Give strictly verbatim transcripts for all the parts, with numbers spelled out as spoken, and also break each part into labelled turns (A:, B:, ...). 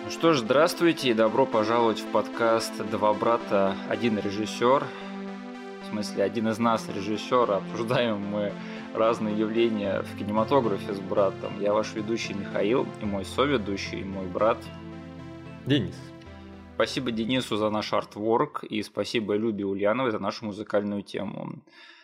A: Что ж, здравствуйте и добро пожаловать в подкаст «Два брата, один режиссер». В смысле, один из нас режиссер, обсуждаем мы разные явления в кинематографе с братом. Я ваш ведущий Михаил и мой соведущий, мой брат
B: Денис.
A: Спасибо Денису за наш артворк и спасибо Любе Ульяновой за нашу музыкальную тему.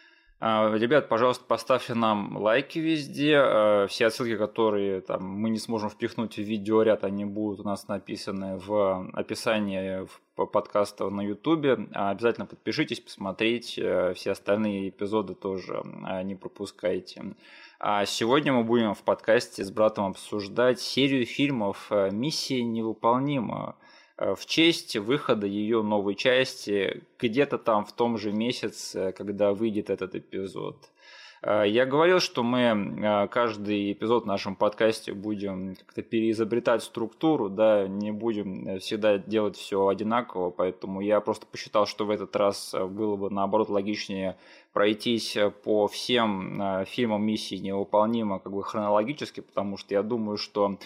A: Ребят, пожалуйста, поставьте нам лайки везде. Все отсылки, которые там, мы не сможем впихнуть в видеоряд, они будут у нас написаны в описании подкаста на Ютубе. Обязательно подпишитесь, посмотрите. Все остальные эпизоды тоже не пропускайте. А сегодня мы будем в подкасте с братом обсуждать серию фильмов «Миссия невыполнима», в честь выхода ее новой части где-то там в том же месяце, когда выйдет этот эпизод. Я говорил, что мы каждый эпизод в нашем подкасте будем как-то переизобретать структуру, да, не будем всегда делать все одинаково, поэтому я просто посчитал, что в этот раз было бы наоборот логичнее пройтись по всем фильмам «Миссии невыполнима» как бы хронологически, потому что я думаю, что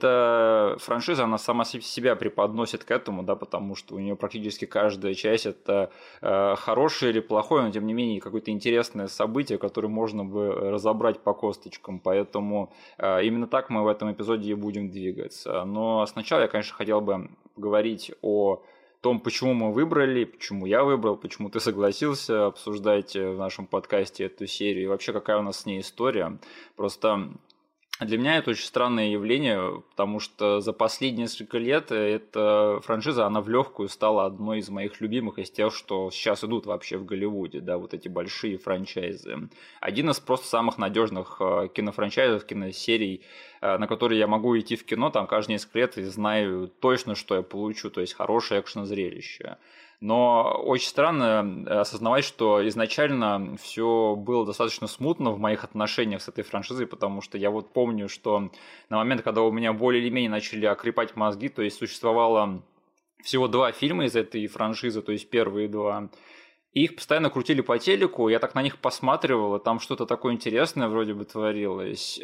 A: эта франшиза, она сама себя преподносит к этому, да, потому что у нее практически каждая часть это хорошее или плохое, но тем не менее какое-то интересное событие, которое можно бы разобрать по косточкам, поэтому именно так мы в этом эпизоде и будем двигаться. Но сначала я, конечно, хотел бы поговорить о том, почему мы выбрали, почему я выбрал, почему ты согласился обсуждать в нашем подкасте эту серию, и вообще какая у нас с ней история. Просто для меня это очень странное явление, потому что за последние несколько лет эта франшиза, она в легкую стала одной из моих любимых из тех, что сейчас идут вообще в Голливуде, да, вот эти большие франчайзы. Один из просто самых надежных кинофранчайзов, киносерий, на которые я могу идти в кино там каждые несколько лет и знаю точно, что я получу, то есть хорошее экшн-зрелище. Но очень странно осознавать, что изначально все было достаточно смутно в моих отношениях с этой франшизой, потому что я вот помню, что на момент, когда у меня более или менее начали окрепать мозги, то есть существовало всего два фильма из этой франшизы, то есть первые два, и их постоянно крутили по телеку, я так на них посматривал, и там что-то такое интересное вроде бы творилось,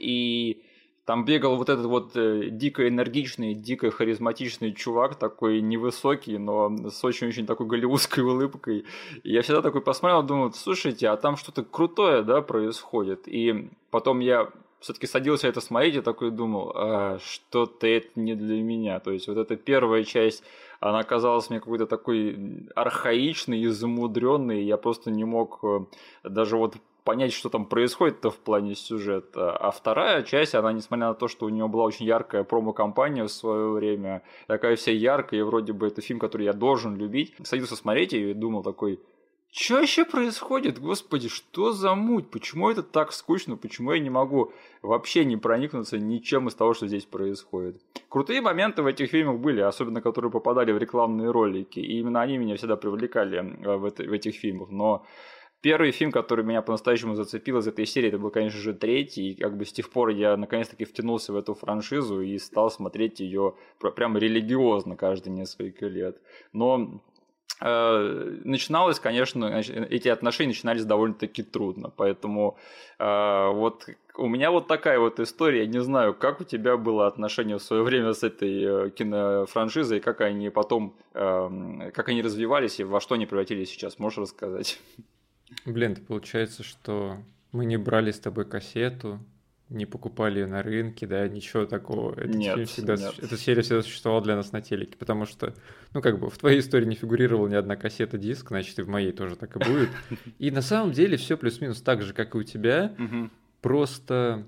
A: и там бегал вот этот вот э, дико энергичный, дико харизматичный чувак, такой невысокий, но с очень-очень такой голливудской улыбкой. И я всегда такой посмотрел, думал, слушайте, а там что-то крутое, да, происходит. И потом я все-таки садился это смотреть и такой думал, а, что-то это не для меня. То есть вот эта первая часть, она казалась мне какой-то такой архаичной и замудренной, я просто не мог даже вот понять, что там происходит-то в плане сюжета. А вторая часть, она, несмотря на то, что у нее была очень яркая промо-компания в свое время, такая вся яркая, и вроде бы это фильм, который я должен любить, садился смотреть и думал такой, что вообще происходит? Господи, что за муть? Почему это так скучно? Почему я не могу вообще не проникнуться ничем из того, что здесь происходит? Крутые моменты в этих фильмах были, особенно которые попадали в рекламные ролики, и именно они меня всегда привлекали в, это, в этих фильмах, но первый фильм, который меня по-настоящему зацепил из этой серии, это был, конечно же, третий. И как бы с тех пор я наконец-таки втянулся в эту франшизу и стал смотреть ее прям религиозно каждые несколько лет. Но э, начиналось, конечно, эти отношения начинались довольно-таки трудно. Поэтому э, вот у меня вот такая вот история. Я не знаю, как у тебя было отношение в свое время с этой кинофраншизой, как они потом, э, как они развивались и во что они превратились сейчас. Можешь рассказать?
B: Блин, это получается, что мы не брали с тобой кассету, не покупали ее на рынке, да, ничего такого. Этот
A: нет,
B: фильм всегда,
A: нет.
B: Эта серия всегда существовала для нас на телеке, потому что, ну, как бы в твоей истории не фигурировала ни одна кассета-диск, значит, и в моей тоже так и будет. И на самом деле все плюс-минус так же, как и у тебя, просто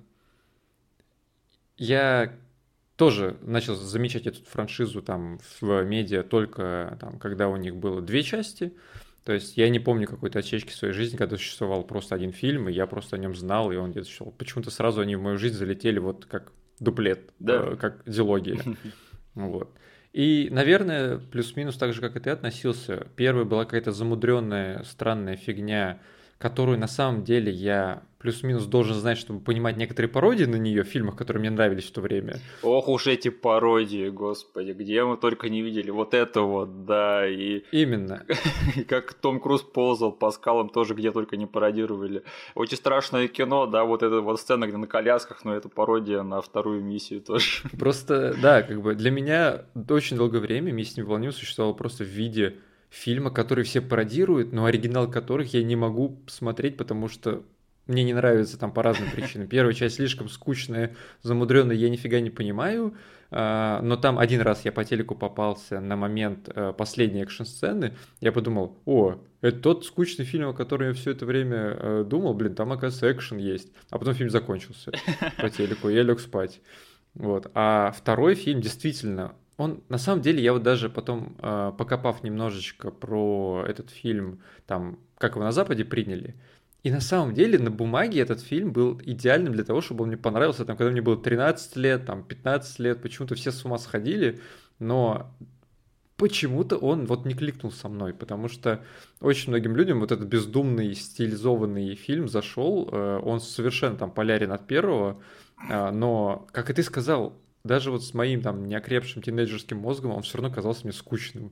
B: я тоже начал замечать эту франшизу там в медиа только там, когда у них было две части. То есть я не помню какой-то отсечки в своей жизни, когда существовал просто один фильм, и я просто о нем знал, и он где-то существовал. Почему-то сразу они в мою жизнь залетели вот как дуплет, да. э, как дилогия. Вот. И, наверное, плюс-минус так же, как и ты относился. Первая была какая-то замудренная, странная фигня, которую на самом деле я плюс-минус должен знать, чтобы понимать некоторые пародии на нее в фильмах, которые мне нравились в то время.
A: Ох уж эти пародии, господи, где мы только не видели вот это вот, да, и...
B: Именно.
A: И как Том Круз ползал по скалам тоже, где только не пародировали. Очень страшное кино, да, вот эта вот сцена, где на колясках, но это пародия на вторую миссию тоже.
B: Просто, да, как бы для меня очень долгое время «Миссия невыполнима» существовала просто в виде фильма, который все пародируют, но оригинал которых я не могу смотреть, потому что мне не нравится там по разным причинам. Первая часть слишком скучная, замудренная, я нифига не понимаю, но там один раз я по телеку попался на момент последней экшн-сцены, я подумал, о, это тот скучный фильм, о котором я все это время думал, блин, там, оказывается, экшен есть. А потом фильм закончился по телеку, я лег спать. Вот. А второй фильм действительно, он на самом деле, я вот даже потом, покопав немножечко про этот фильм, там, как его на Западе приняли, и на самом деле на бумаге этот фильм был идеальным для того, чтобы он мне понравился, там, когда мне было тринадцать лет, там, пятнадцать лет, почему-то все с ума сходили, но почему-то он вот не кликнул со мной, потому что очень многим людям вот этот бездумный, стилизованный фильм зашел, он совершенно там полярен от первого, но, как и ты сказал, даже вот с моим там неокрепшим тинейджерским мозгом он все равно казался мне скучным.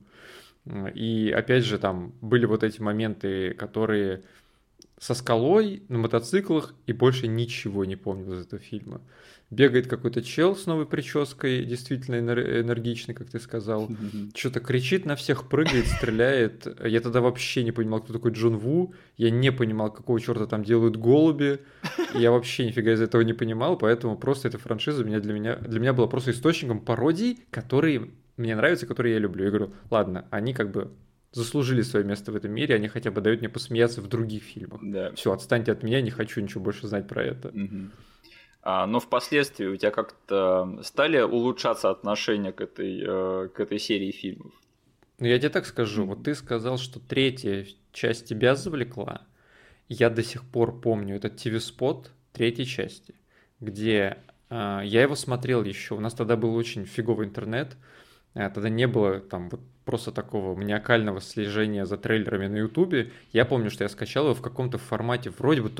B: И опять же там были вот эти моменты, которые... со скалой, на мотоциклах, и больше ничего не помню из этого фильма. Бегает какой-то чел с новой прической, действительно энергичный, как ты сказал. Что-то кричит на всех, прыгает, стреляет. Я тогда вообще не понимал, кто такой Джон Ву. Я не понимал, какого черта там делают голуби. Я вообще нифига из этого не понимал, поэтому просто эта франшиза меня, для, меня, для меня была просто источником пародий, которые мне нравятся, которые я люблю. Я говорю, ладно, они как бы... заслужили свое место в этом мире, они хотя бы дают мне посмеяться в других фильмах.
A: Да.
B: Все, отстаньте от меня, не хочу ничего больше знать про это.
A: Угу. А, но впоследствии у тебя как-то стали улучшаться отношения к этой, э, к этой серии фильмов?
B: Ну, я тебе так скажу. Mm-hmm. Вот ты сказал, что третья часть тебя завлекла. Я до сих пор помню этот ти ви-спот третьей части, где э, я его смотрел еще. У нас тогда был очень фиговый интернет. Тогда не было там вот просто такого маниакального слежения за трейлерами на Ютубе. Я помню, что я скачал его в каком-то формате вроде бы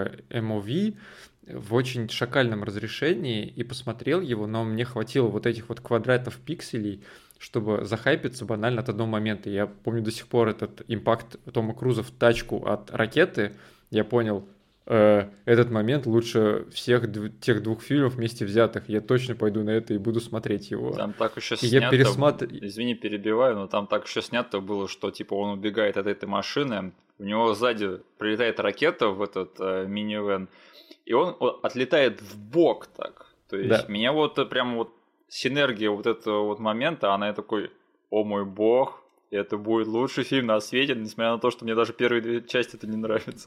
B: .mov в очень шакальном разрешении и посмотрел его, но мне хватило вот этих вот квадратов пикселей, чтобы захайпиться банально от одного момента. Я помню до сих пор этот импакт Тома Круза в тачку от ракеты. Я понял, э, этот момент лучше всех дв- тех двух фильмов вместе взятых. Я точно пойду на это и буду смотреть его.
A: Там так еще
B: и
A: снято,
B: я пересматр...
A: извини, перебиваю, но там так еще снято было, что типа он убегает от этой машины, у него сзади прилетает ракета в этот э, минивэн, и он отлетает в бок так. То есть да. Меня вот прям вот синергия вот этого вот момента, она я такой, о мой бог, это будет лучший фильм на свете, несмотря на то, что мне даже первые две части это не нравится.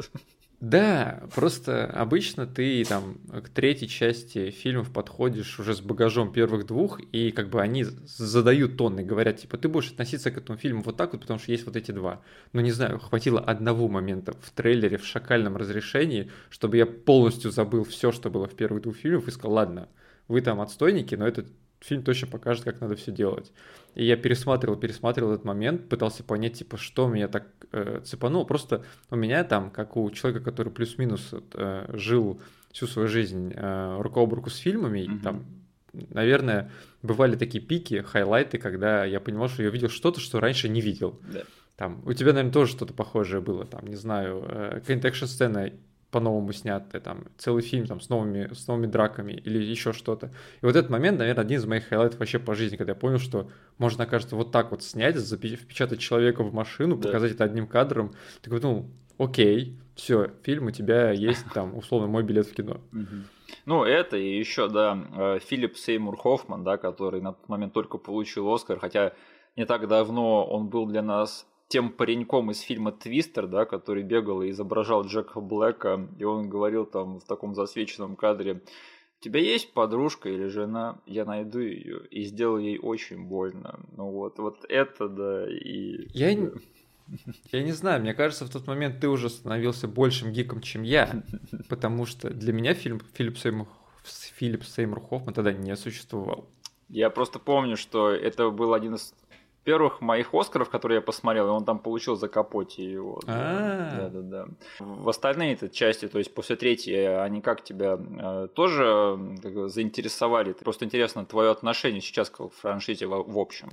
B: Да, просто обычно ты там к третьей части фильмов подходишь уже с багажом первых двух, и как бы они задают тон и говорят, типа, ты будешь относиться к этому фильму вот так вот, потому что есть вот эти два. Но не знаю, хватило одного момента в трейлере в шакальном разрешении, чтобы я полностью забыл все, что было в первых двух фильмах, и сказал, ладно, вы там отстойники, но этот фильм точно покажет, как надо все делать. И я пересматривал, пересматривал этот момент, пытался понять, типа, что меня так э, цепануло. Просто у меня там, как у человека, который плюс-минус э, жил всю свою жизнь э, рука об руку с фильмами, mm-hmm. там, наверное, бывали такие пики, хайлайты, когда я понимал, что я видел что-то, что раньше не видел.
A: Yeah.
B: Там, у тебя, наверное, тоже что-то похожее было, там, не знаю, э, какая-нибудь экшн-сцена по-новому снятый, там, целый фильм там, с, новыми, с новыми драками или еще что-то. И вот этот момент, наверное, один из моих хайлайтов вообще по жизни, когда я понял, что можно, кажется, вот так вот снять, впечатать человека в машину, да. показать это одним кадром. Ты подумал, окей, все, фильм у тебя есть, там, условно, мой билет в кино.
A: Ну, это и еще, да, Филипп Сеймур Хоффман, да, который на тот момент только получил Оскар, хотя не так давно он был для нас тем пареньком из фильма «Твистер», да, который бегал и изображал Джека Блэка, и он говорил там в таком засвеченном кадре: «У тебя есть подружка или жена? Я найду ее и сделаю ей очень больно». Ну вот, вот это, да, и...
B: Я, я не знаю, мне кажется, в тот момент ты уже становился большим гиком, чем я, потому что для меня фильм Филипп Сеймур, Филипп Сеймур Хоффман тогда не существовал.
A: Я просто помню, что это был один из первых моих Оскаров, которые я посмотрел, и он там получил за Капоти его.
B: А.
A: Да-да-да. В остальные этой части, то есть после третьей, они как тебя э, тоже как бы, заинтересовали? Просто интересно твое отношение сейчас к франшизе в, в общем.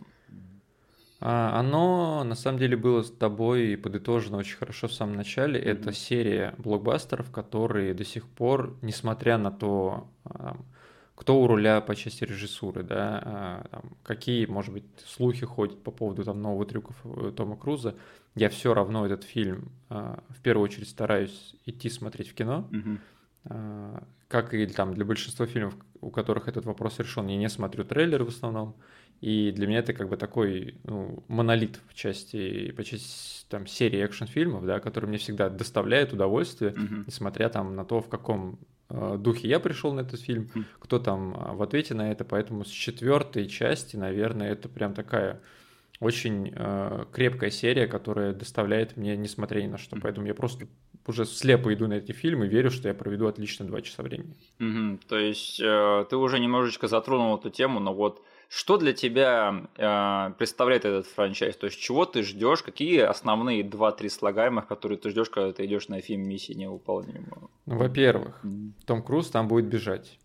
B: А, Оно на самом деле было с тобой подытожено очень хорошо в самом начале.
A: Мгм.
B: Это серия блокбастеров, которые до сих пор, несмотря на то, а, кто у руля по части режиссуры, да, а, там, какие, может быть, слухи ходят по поводу там новых трюков э, Тома Круза, я все равно этот фильм а, в первую очередь стараюсь идти смотреть в кино.
A: Мгм.
B: А, Как и там для большинства фильмов, у которых этот вопрос решен, я не смотрю трейлеры в основном. И для меня это как бы такой ну, монолит в части, по части там, серии экшн-фильмов, да, который мне всегда доставляет удовольствие,
A: Мгм.
B: несмотря там, на то, в каком э, духе я пришел на этот фильм,
A: Мгм.
B: кто там а, в ответе на это. Поэтому с четвертой части, наверное, это прям такая очень э, крепкая серия, которая доставляет мне, несмотря ни на что.
A: Мгм.
B: Поэтому я просто уже слепо иду на эти фильмы, верю, что я проведу отлично два часа времени.
A: Мгм. То есть э, ты уже немножечко затронул эту тему, но вот что для тебя э, представляет этот франчайз? То есть чего ты ждешь? Какие основные два-три слагаемых, которые ты ждешь, когда ты идешь на фильм «Миссия невыполнима»?
B: Ну, во-первых,
A: Мгм.
B: Том Круз там будет бежать.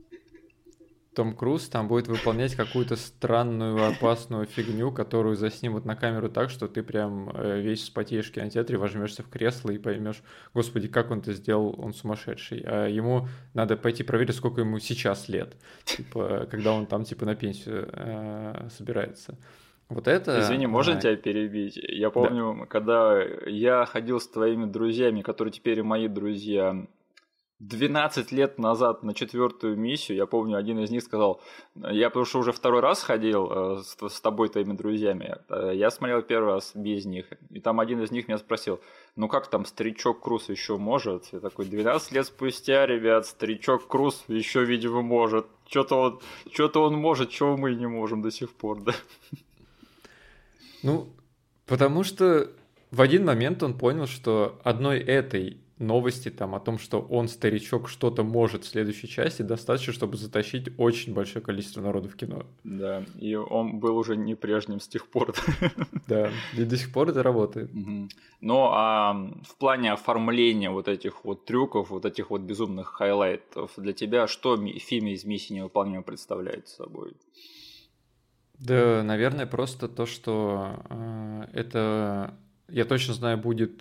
B: Том Круз там будет выполнять какую-то странную, опасную фигню, которую заснимут на камеру так, что ты прям э, весь вспотеешь в кинотеатре, возьмешься в кресло и поймешь, господи, как он это сделал, он сумасшедший. А ему надо пойти проверить, сколько ему сейчас лет, типа, когда он там типа на пенсию э, собирается. Вот это...
A: Извини, можно
B: а,
A: тебя перебить? Я
B: да.
A: помню, когда я ходил с твоими друзьями, которые теперь и мои друзья, двенадцать лет назад на четвертую миссию, я помню, один из них сказал, я потому что уже второй раз ходил э, с, с тобой, твоими друзьями, э, я смотрел первый раз без них, и там один из них меня спросил, ну как там старичок Круз еще может? Я такой, двенадцать лет спустя, ребят, старичок Круз еще, видимо, может. Что-то он, что-то он может, чего мы не можем до сих пор, да?
B: Ну, потому что в один момент он понял, что одной этой новости там о том, что он, старичок, что-то может в следующей части, достаточно, чтобы затащить очень большое количество народу в кино.
A: Да, и он был уже не прежним с тех пор.
B: Да, и до сих пор это работает.
A: Мгм. Ну, а в плане оформления вот этих вот трюков, вот этих вот безумных хайлайтов, для тебя что ми- фильм из «Миссии невыполнима» представляет собой?
B: Да, наверное, просто то, что э, это, я точно знаю, будет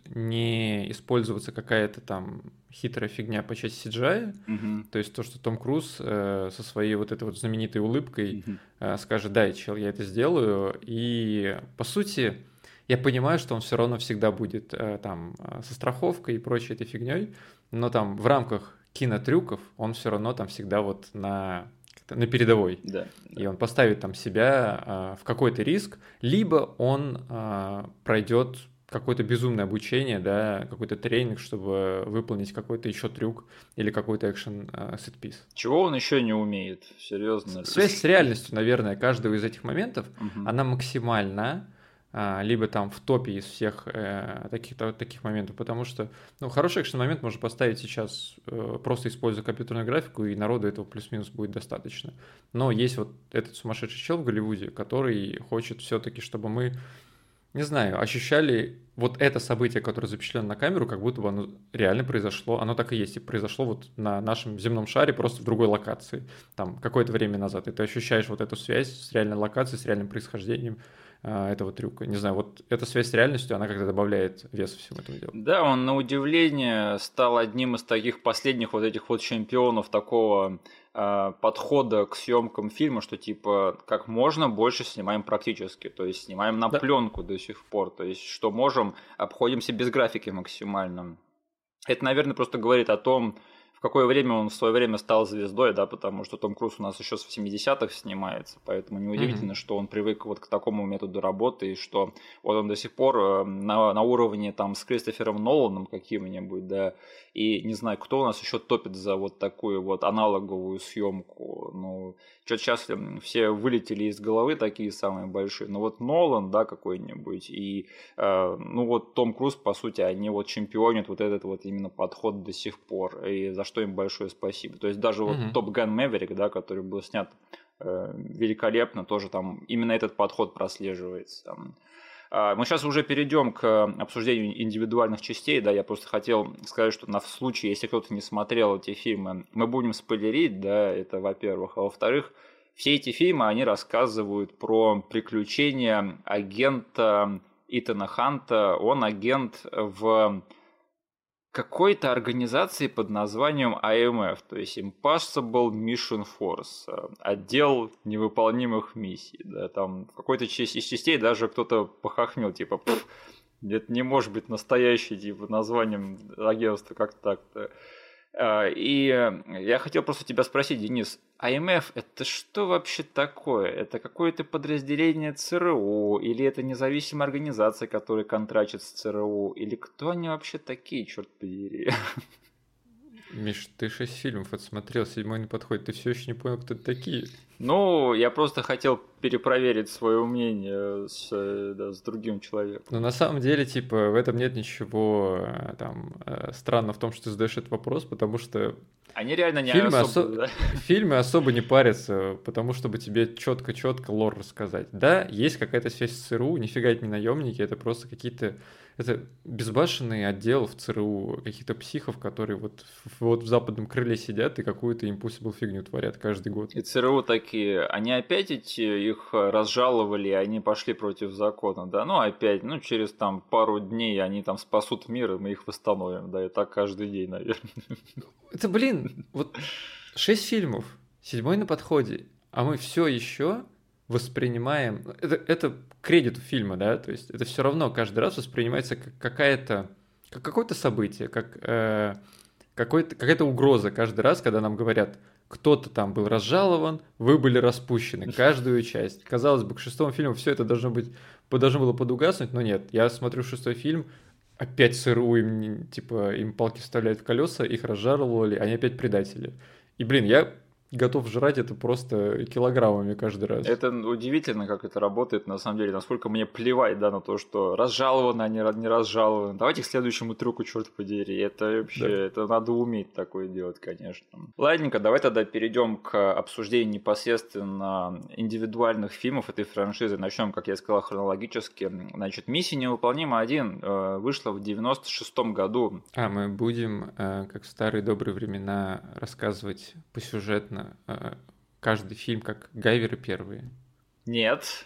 B: не использоваться какая-то там хитрая фигня по части си джи ай,
A: Мгм.
B: то есть то, что Том Круз э, со своей вот этой вот знаменитой улыбкой
A: Мгм.
B: э, скажет, да, чел, я это сделаю, и по сути я понимаю, что он все равно всегда будет э, там э, со страховкой и прочей этой фигней, но там в рамках кинотрюков он все равно там всегда вот на на передовой.
A: Да,
B: И
A: да.
B: он поставит там себя а, в какой-то риск, либо он а, пройдет какое-то безумное обучение, да, какой-то тренинг, чтобы выполнить какой-то еще трюк или какой-то экшен а, сетпис.
A: Чего он еще не умеет? Серьезно?
B: Связь с реальностью, наверное, каждого из этих моментов,
A: Мгм.
B: она максимальна, а, либо там в топе из всех э, таких, та- таких моментов, потому что, ну, хороший экшен-момент можно поставить сейчас, э, просто используя компьютерную графику, и народу этого плюс-минус будет достаточно. Но есть вот этот сумасшедший чел в Голливуде, который хочет все-таки, чтобы мы, не знаю, ощущали вот это событие, которое запечатлено на камеру, как будто бы оно реально произошло. Оно так и есть, и произошло вот на нашем земном шаре, просто в другой локации, там, какое-то время назад. И ты ощущаешь вот эту связь с реальной локацией, с реальным происхождением а, этого трюка. Не знаю, вот эта связь с реальностью, она как-то добавляет веса всему этому делу.
A: Да, он на удивление стал одним из таких последних вот этих вот чемпионов такого э, подхода к съемкам фильма, что типа как можно больше снимаем практически, то есть снимаем на
B: Да.
A: пленку до сих пор, то есть что можем, обходимся без графики максимально. Это, наверное, просто говорит о том, в какое время он в свое время стал звездой, да, потому что Том Круз у нас еще с семидесятых снимается, поэтому неудивительно,
B: Мгм.
A: что он привык вот к такому методу работы, и что вот он до сих пор э, на, на уровне там с Кристофером Ноланом каким-нибудь, да, и не знаю, кто у нас еще топит за вот такую вот аналоговую съемку, ну, что-то сейчас все вылетели из головы такие самые большие, но вот Нолан, да, какой-нибудь, и, э, ну, вот Том Круз, по сути, они вот чемпионят вот этот вот именно подход до сих пор, и за что им большое спасибо. То есть даже вот
B: Мгм.
A: Топ Ган Мэверик, да, который был снят великолепно, тоже там именно этот подход прослеживается. Мы сейчас уже перейдем к обсуждению индивидуальных частей, да, я просто хотел сказать, что на случай, если кто-то не смотрел эти фильмы, мы будем спойлерить, да, это во-первых, а во-вторых, все эти фильмы, они рассказывают про приключения агента Итана Ханта, он агент в какой-то организации под названием ай эм эф, то есть Impossible Mission Force, отдел невыполнимых миссий. Да, там в какой-то из частей даже кто-то похохмел, типа, это не может быть настоящий типа, названием агентства, как так-то. И я хотел просто тебя спросить, Денис, ай эм эф это что вообще такое? Это какое-то подразделение ЦРУ? Или это независимая организация, которая контрачит с ЦРУ? Или кто они вообще такие, черт подери?
B: Миш, ты шесть фильмов отсмотрел, седьмой не подходит, ты все еще не понял, кто это такие?
A: Ну, я просто хотел перепроверить свое мнение с, да, с другим человеком.
B: Но на самом деле, типа, в этом нет ничего там странного в том, что ты задаешь этот вопрос, потому что
A: они реально не
B: фильмы,
A: особо,
B: осо...
A: да?
B: фильмы особо не парятся, потому чтобы тебе четко-четко лор рассказать. Да, есть какая-то связь с ЦРУ, нифига это не наемники, это просто какие-то это безбашенный отдел в ЦРУ, каких-то психов, которые вот, вот в западном крыле сидят и какую-то импосибл фигню творят каждый год.
A: И ЦРУ такие, они опять эти, их разжаловали, они пошли против закона, да, ну опять, ну через там пару дней они там спасут мир, и мы их восстановим, да, и так каждый день, наверное.
B: Это, блин, вот шесть фильмов, седьмой на подходе, а мы все еще воспринимаем, это, это кредит фильма, да, то есть это все равно каждый раз воспринимается как какая-то, как какое-то событие, как э, какой-то, какая-то угроза каждый раз, когда нам говорят, кто-то там был разжалован, вы были распущены, каждую часть. Казалось бы, к шестому фильму все это должно быть, должно было подугаснуть, но нет, я смотрю шестой фильм, опять ЦРУ им, типа, им палки вставляют в колеса, их разжаловали, они опять предатели. И, блин, я готов жрать это просто килограммами каждый раз.
A: Это удивительно, как это работает, на самом деле, насколько мне плевать, да, на то, что разжалованы, а не разжалованы. Давайте к следующему трюку, черт подери. Это вообще, да. Это надо уметь такое делать, конечно. Ладненько, давай тогда перейдем к обсуждению непосредственно индивидуальных фильмов этой франшизы. Начнем, как я сказал, хронологически. Значит, «Миссия невыполнима один» вышла в девяносто шестом году.
B: А мы будем, как в старые добрые времена, рассказывать посюжетно каждый фильм, как гайверы первые?
A: Нет.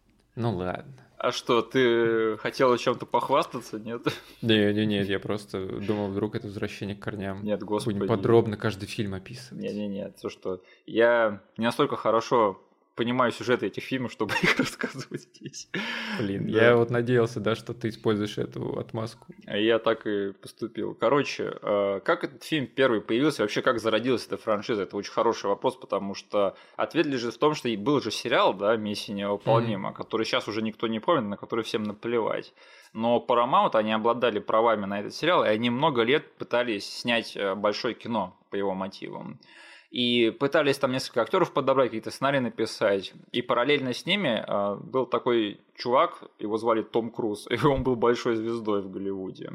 B: Ну ладно.
A: А что, ты хотел о чем-то похвастаться, нет?
B: Не-не-не, я просто думал, вдруг это возвращение к корням.
A: Нет, господи.
B: Будем подробно каждый фильм описывать.
A: Не-не-не, то что я не настолько хорошо понимаю сюжеты этих фильмов, чтобы их рассказывать здесь.
B: Блин, да. Я вот надеялся, да, что ты используешь эту отмазку.
A: Я так и поступил. Короче, как этот фильм первый появился, вообще как зародилась эта франшиза, это очень хороший вопрос, потому что ответ лежит в том, что был же сериал, да, «Миссия невыполнима», mm-hmm. который сейчас уже никто не помнит, на который всем наплевать. Но Paramount, они обладали правами на этот сериал, и они много лет пытались снять большое кино по его мотивам. И пытались там несколько актеров подобрать, какие-то сценарии написать. И параллельно с ними э, был такой чувак, его звали Том Круз, и он был большой звездой в Голливуде.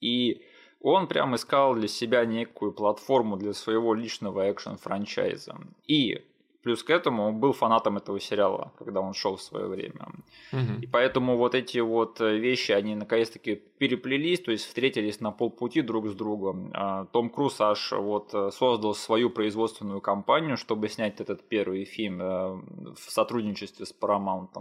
A: И он прям искал для себя некую платформу для своего личного экшн-франчайза. И плюс к этому он был фанатом этого сериала, когда он шел в свое время. Угу. И поэтому вот эти вот вещи, они наконец-таки переплелись, то есть встретились на полпути друг с другом. Том Круз аж вот создал свою производственную компанию, чтобы снять этот первый фильм в сотрудничестве с Paramount.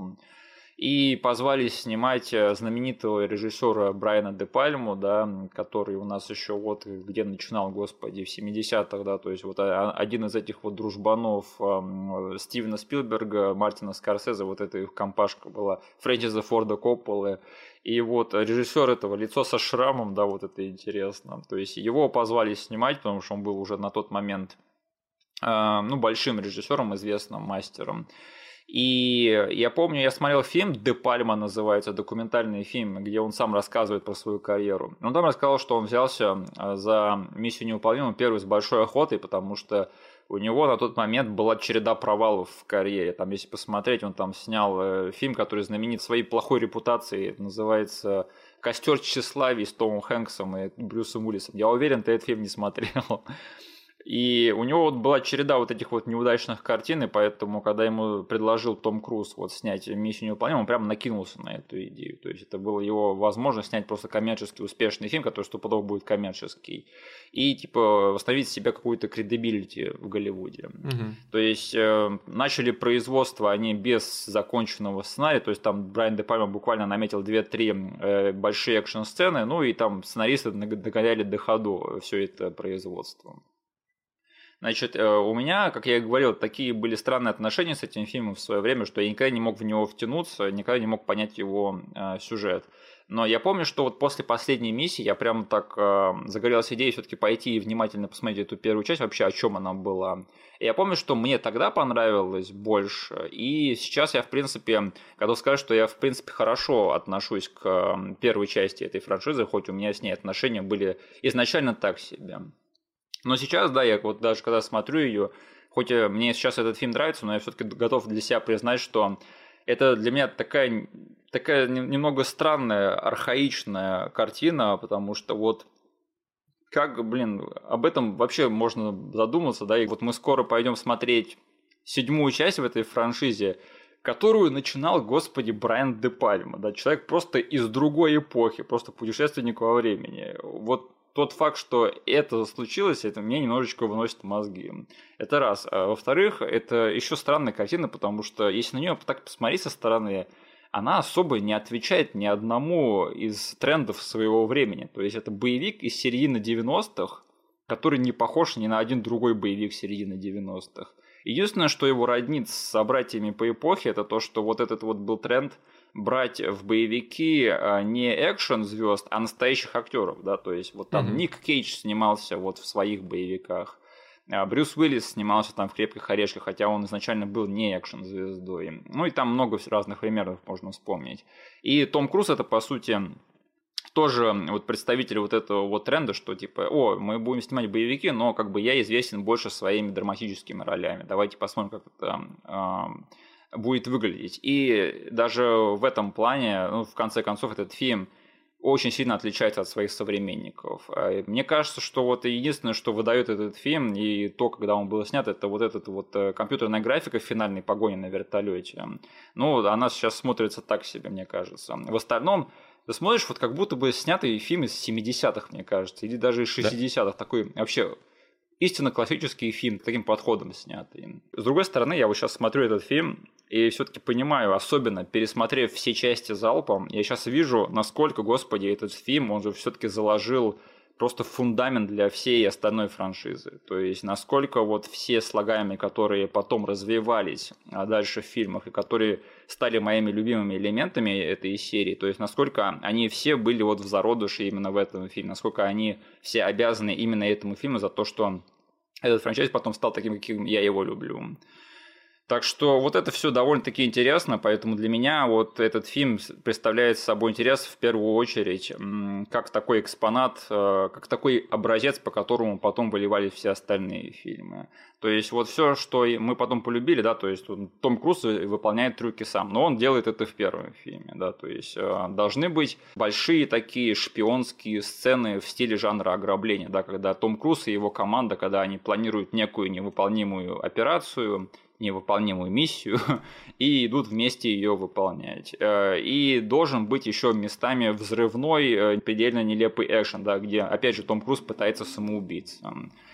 A: И позвали снимать знаменитого режиссера Брайана де Пальму, да, который у нас еще вот где начинал, господи, в семидесятых, да, то есть вот один из этих вот дружбанов Стивена Спилберга, Мартина Скорсезе, вот эта их компашка была, Фрэнсиса Форда Копполы. И вот режиссер этого, лицо со шрамом, да, вот это интересно. То есть его позвали снимать, потому что он был уже на тот момент, ну, большим режиссером, известным мастером. И я помню, я смотрел фильм «Де Пальма» называется, документальный фильм, где он сам рассказывает про свою карьеру. Он там рассказал, что он взялся за «Миссию невыполнимую» первый с большой охотой, потому что у него на тот момент была череда провалов в карьере. Там, если посмотреть, он там снял фильм, который знаменит своей плохой репутацией, называется «Костер тщеславия» с Томом Хэнксом и Брюсом Уиллисом. Я уверен, ты этот фильм не смотрел. И у него вот была череда вот этих вот неудачных картин, и поэтому, когда ему предложил Том Круз вот снять «Миссию невыполнима», он прямо накинулся на эту идею. То есть это была его возможность снять просто коммерчески успешный фильм, который стопудово будет коммерческий, и типа восстановить себе какую-то кредибилити в Голливуде.
B: Угу.
A: То есть э, начали производство они без законченного сценария, то есть там Брайан Де Пальма буквально наметил две-три э, большие экшн-сцены, ну и там сценаристы догоняли до ходу все это производство. Значит, у меня, как я и говорил, такие были странные отношения с этим фильмом в свое время, что я никогда не мог в него втянуться, никогда не мог понять его э, сюжет. Но я помню, что вот после последней миссии я прям так э, загорелась идеей все-таки пойти и внимательно посмотреть эту первую часть, вообще о чем она была. И я помню, что мне тогда понравилось больше, и сейчас я, в принципе, готов сказать, что я, в принципе, хорошо отношусь к первой части этой франшизы, хоть у меня с ней отношения были изначально так себе. Но сейчас, да, я вот даже когда смотрю ее, хоть мне сейчас этот фильм нравится, но я все-таки готов для себя признать, что это для меня такая, такая немного странная, архаичная картина, потому что вот как, блин, об этом вообще можно задуматься, да, и вот мы скоро пойдем смотреть седьмую часть в этой франшизе, которую начинал, господи, Брайан Де Пальма, да, человек просто из другой эпохи, просто путешественник во времени. Вот тот факт, что это случилось, это мне немножечко выносит мозги. Это раз. А во-вторых, это еще странная картина, потому что если на нее так посмотреть со стороны, она особо не отвечает ни одному из трендов своего времени. То есть это боевик из середины девяностых, который не похож ни на один другой боевик середины девяностых. Единственное, что его роднит с собратьями по эпохе, это то, что вот этот вот был тренд брать в боевики не экшен звезд, а настоящих актеров, да, то есть вот там mm-hmm. Ник Кейдж снимался вот в своих боевиках, Брюс Уиллис снимался там в «Крепких орешках», хотя он изначально был не экшен звездой, ну и там много разных примеров можно вспомнить. И Том Круз это по сути тоже вот представитель вот этого вот тренда, что типа, о, мы будем снимать боевики, но как бы я известен больше своими драматическими ролями, давайте посмотрим, как это будет выглядеть. И даже в этом плане, ну, в конце концов, этот фильм очень сильно отличается от своих современников. Мне кажется, что вот единственное, что выдает этот фильм, и то, когда он был снят, это вот эта вот компьютерная графика финальной погони на вертолете. Ну, она сейчас смотрится так себе, мне кажется. В остальном, ты смотришь, вот как будто бы снятый фильм из семидесятых, мне кажется, или даже из шестидесятых. Да. Такой вообще истинно классический фильм, таким подходом снятый. С другой стороны, я вот сейчас смотрю этот фильм, и все-таки понимаю, особенно пересмотрев все части залпом, я сейчас вижу, насколько, господи, этот фильм, он же все-таки заложил просто фундамент для всей остальной франшизы. То есть, насколько вот все слагаемые, которые потом развивались а дальше в фильмах, и которые стали моими любимыми элементами этой серии, то есть, насколько они все были вот в зародыше именно в этом фильме, насколько они все обязаны именно этому фильму за то, что этот франчайз потом стал таким, каким я его люблю. Так что вот это все довольно-таки интересно, поэтому для меня вот этот фильм представляет собой интерес в первую очередь как такой экспонат, как такой образец, по которому потом выливались все остальные фильмы. То есть вот все, что мы потом полюбили, да, то есть Том Круз выполняет трюки сам, но он делает это в первом фильме, да, то есть должны быть большие такие шпионские сцены в стиле жанра ограбления, да, когда Том Круз и его команда, когда они планируют некую невыполнимую операцию, невыполнимую миссию и идут вместе ее выполнять. И должен быть еще местами взрывной, предельно нелепый экшен, да, где, опять же, Том Круз пытается самоубиться.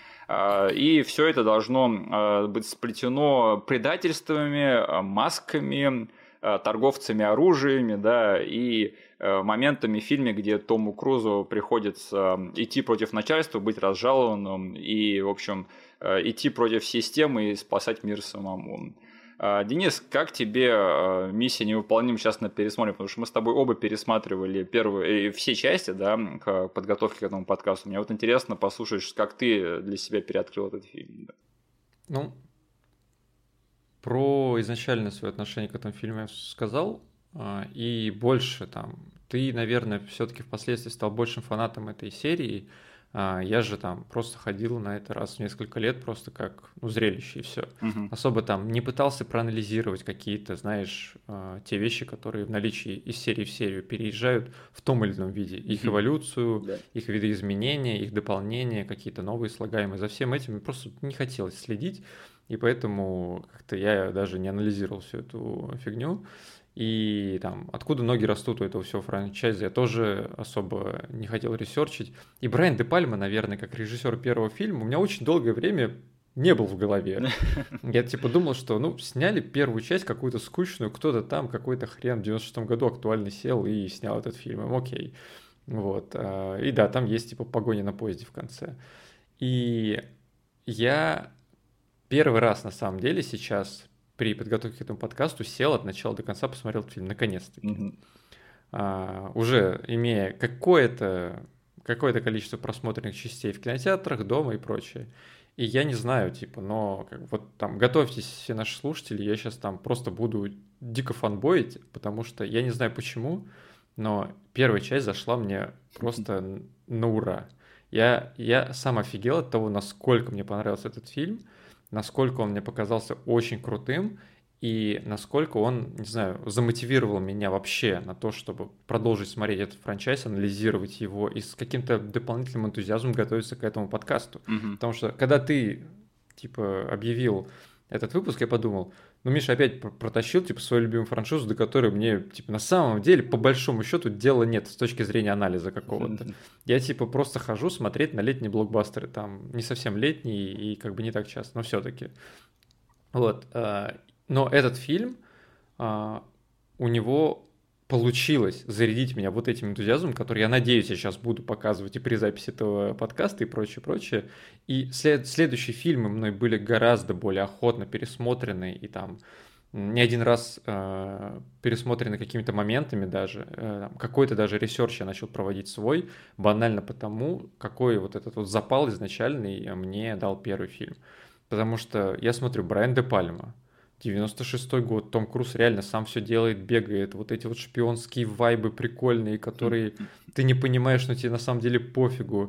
A: И все это должно быть сплетено предательствами, масками, торговцами оружиями, да, и моментами в фильме, где Тому Крузу приходится идти против начальства, быть разжалованным и, в общем, идти против системы и спасать мир самому. Денис, как тебе «Миссия невыполнима» сейчас на пересмотре? Потому что мы с тобой оба пересматривали первые, все части, да, к подготовке к этому подкасту. Мне вот интересно послушать, как ты для себя переоткрыл этот фильм.
B: Ну, про изначальное свое отношение к этому фильму я сказал, и больше там. Ты, наверное, все-таки впоследствии стал большим фанатом этой серии, А, я же там просто ходил на это раз в несколько лет, просто как, ну, зрелище и все.
A: Мгм.
B: Особо там не пытался проанализировать какие-то, знаешь, а, те вещи, которые в наличии из серии в серию переезжают в том или ином виде. Их
A: Мгм.
B: эволюцию,
A: Да.
B: их видоизменения, их дополнения, какие-то новые слагаемые. За всем этим просто не хотелось следить, и поэтому как-то я даже не анализировал всю эту фигню. И там, откуда ноги растут у этого всего франчайза, я тоже особо не хотел ресерчить. И Брайан Де Пальма, наверное, как режиссер первого фильма, у меня очень долгое время не был в голове. Я типа думал, что, ну, сняли первую часть какую-то скучную, кто-то там, какой-то хрен в девяносто шестом году актуально сел и снял этот фильм. Им окей. Вот. а, И да, там есть типа погоня на поезде в конце. И я первый раз на самом деле сейчас при подготовке к этому подкасту сел от начала до конца, посмотрел этот фильм, наконец-таки.
A: Мгм.
B: А, уже имея какое-то какое-то количество просмотренных частей в кинотеатрах, дома и прочее. И я не знаю, типа, но как, вот там готовьтесь все наши слушатели, я сейчас там просто буду дико фанбоить, потому что я не знаю почему, но первая часть зашла мне просто н- на ура. Я, я сам офигел от того, насколько мне понравился этот фильм, насколько он мне показался очень крутым, и насколько он, не знаю, замотивировал меня вообще на то, чтобы продолжить смотреть этот франчайз, анализировать его и с каким-то дополнительным энтузиазмом готовиться к этому подкасту.
A: Мгм.
B: Потому что когда ты, типа, объявил этот выпуск, я подумал, ну, Миша опять пр- протащил, типа, свою любимую франшизу, до которой мне, типа, на самом деле, по большому счету, дела нет с точки зрения анализа какого-то. Я, типа, просто хожу смотреть на летние блокбастеры, там, не совсем летние и как бы не так часто, но все-таки. Вот. а, Но этот фильм, а, у него получилось зарядить меня вот этим энтузиазмом, который, я надеюсь, я сейчас буду показывать и при записи этого подкаста и прочее, прочее. И след- следующие фильмы мной были гораздо более охотно пересмотрены и там м, не один раз э, пересмотрены какими-то моментами даже. Э, там какой-то даже ресерч я начал проводить свой, банально потому, какой вот этот вот запал изначальный мне дал первый фильм. Потому что я смотрю Брайан Де Пальма, девяносто шестой год, Том Круз реально сам все делает, бегает, вот эти вот шпионские вайбы прикольные, которые ты не понимаешь, но тебе на самом деле пофигу.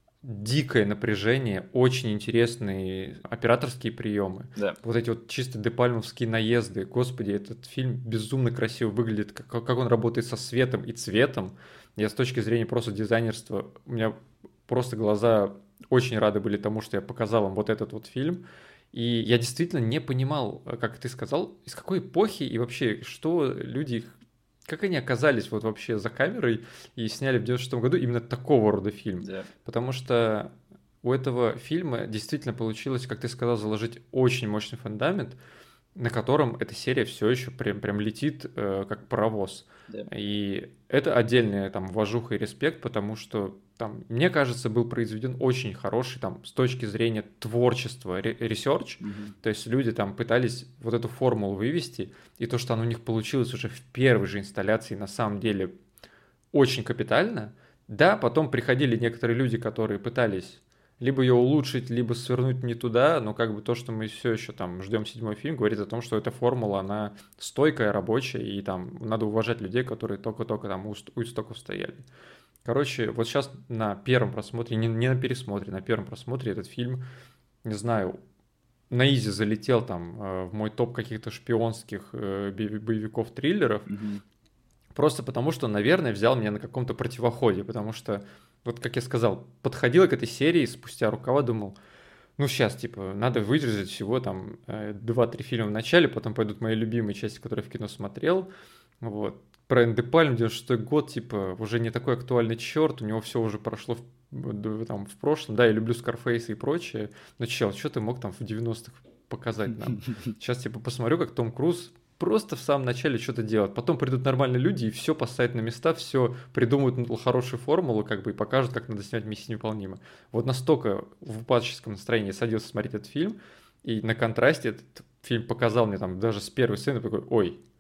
B: Дикое напряжение, очень интересные операторские приемы.
A: Да.
B: Вот эти вот чисто депальмовские наезды. Господи, этот фильм безумно красиво выглядит, как, как он работает со светом и цветом. Я с точки зрения просто дизайнерства, у меня просто глаза очень рады были тому, что я показал им вот этот вот фильм. И я действительно не понимал, как ты сказал, из какой эпохи и вообще, что люди, как они оказались вот вообще за камерой и сняли в девяносто шестом году именно такого рода фильм.
A: Да.
B: Потому что у этого фильма действительно получилось, как ты сказал, заложить очень мощный фундамент, на котором эта серия все еще прям, прям летит э, как паровоз.
A: Да.
B: И это отдельный там вожуха и респект, потому что там, мне кажется, был произведен очень хороший там с точки зрения творчества ресерч.
A: Мгм.
B: То есть люди там пытались вот эту формулу вывести, и то, что оно у них получилось уже в первой же инсталляции, на самом деле очень капитально. Да, потом приходили некоторые люди, которые пытались либо ее улучшить, либо свернуть не туда, но как бы то, что мы все еще там ждем седьмой фильм, говорит о том, что эта формула, она стойкая, рабочая, и там надо уважать людей, которые только-только там у ист- у истоков стояли. Короче, вот сейчас на первом просмотре, не, не на пересмотре, на первом просмотре этот фильм, не знаю, на изи залетел там э, в мой топ каких-то шпионских э, бе- боевиков, триллеров,
A: Мгм.
B: просто потому что, наверное, взял меня на каком-то противоходе, потому что, вот как я сказал, подходил к этой серии спустя рукава, думал, ну сейчас, типа, надо выдержать всего там э, два-три фильма в начале, потом пойдут мои любимые части, которые я в кино смотрел, вот. Про Энди Пальм девяносто шестой год, типа, уже не такой актуальный черт, у него все уже прошло в, в- там, в прошлом, да, я люблю Скарфейса и прочее, но чел, что ты мог там в девяностых показать нам? Сейчас, типа, посмотрю, как Том Круз просто в самом начале что-то делает. Потом придут нормальные люди и все поставят на места, все придумают хорошую формулу, как бы, и покажут, как надо снять «Миссия невыполнима». Вот настолько в упадоческом настроении я садился смотреть этот фильм, и на контрасте этот фильм показал мне там даже с первой сцены такой, ой,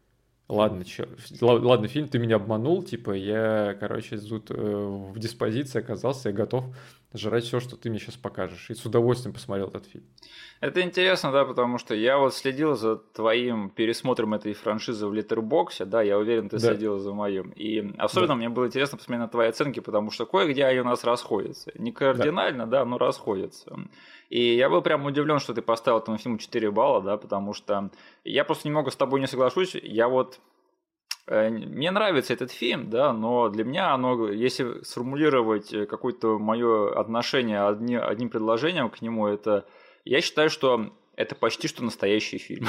B: ладно, чё, ладно, фильм, ты меня обманул, типа, я, короче, тут э, в диспозиции оказался, я готов жрать все, что ты мне сейчас покажешь. И с удовольствием посмотрел этот фильм.
A: Это интересно, да, потому что я вот следил за твоим пересмотром этой франшизы в Letterboxd, да, я уверен, ты
B: Да.
A: следил за моим. И особенно
B: Да.
A: мне было интересно посмотреть на твои оценки, потому что кое-где они у нас расходятся. Не кардинально, да, но расходятся. И я был прям удивлен, что ты поставил этому фильму четыре балла, да, потому что я просто немного с тобой не соглашусь. Я вот мне нравится этот фильм, да, но для меня оно, если сформулировать какое-то мое отношение одни, одним предложением к нему, это я считаю, что это почти что настоящий фильм.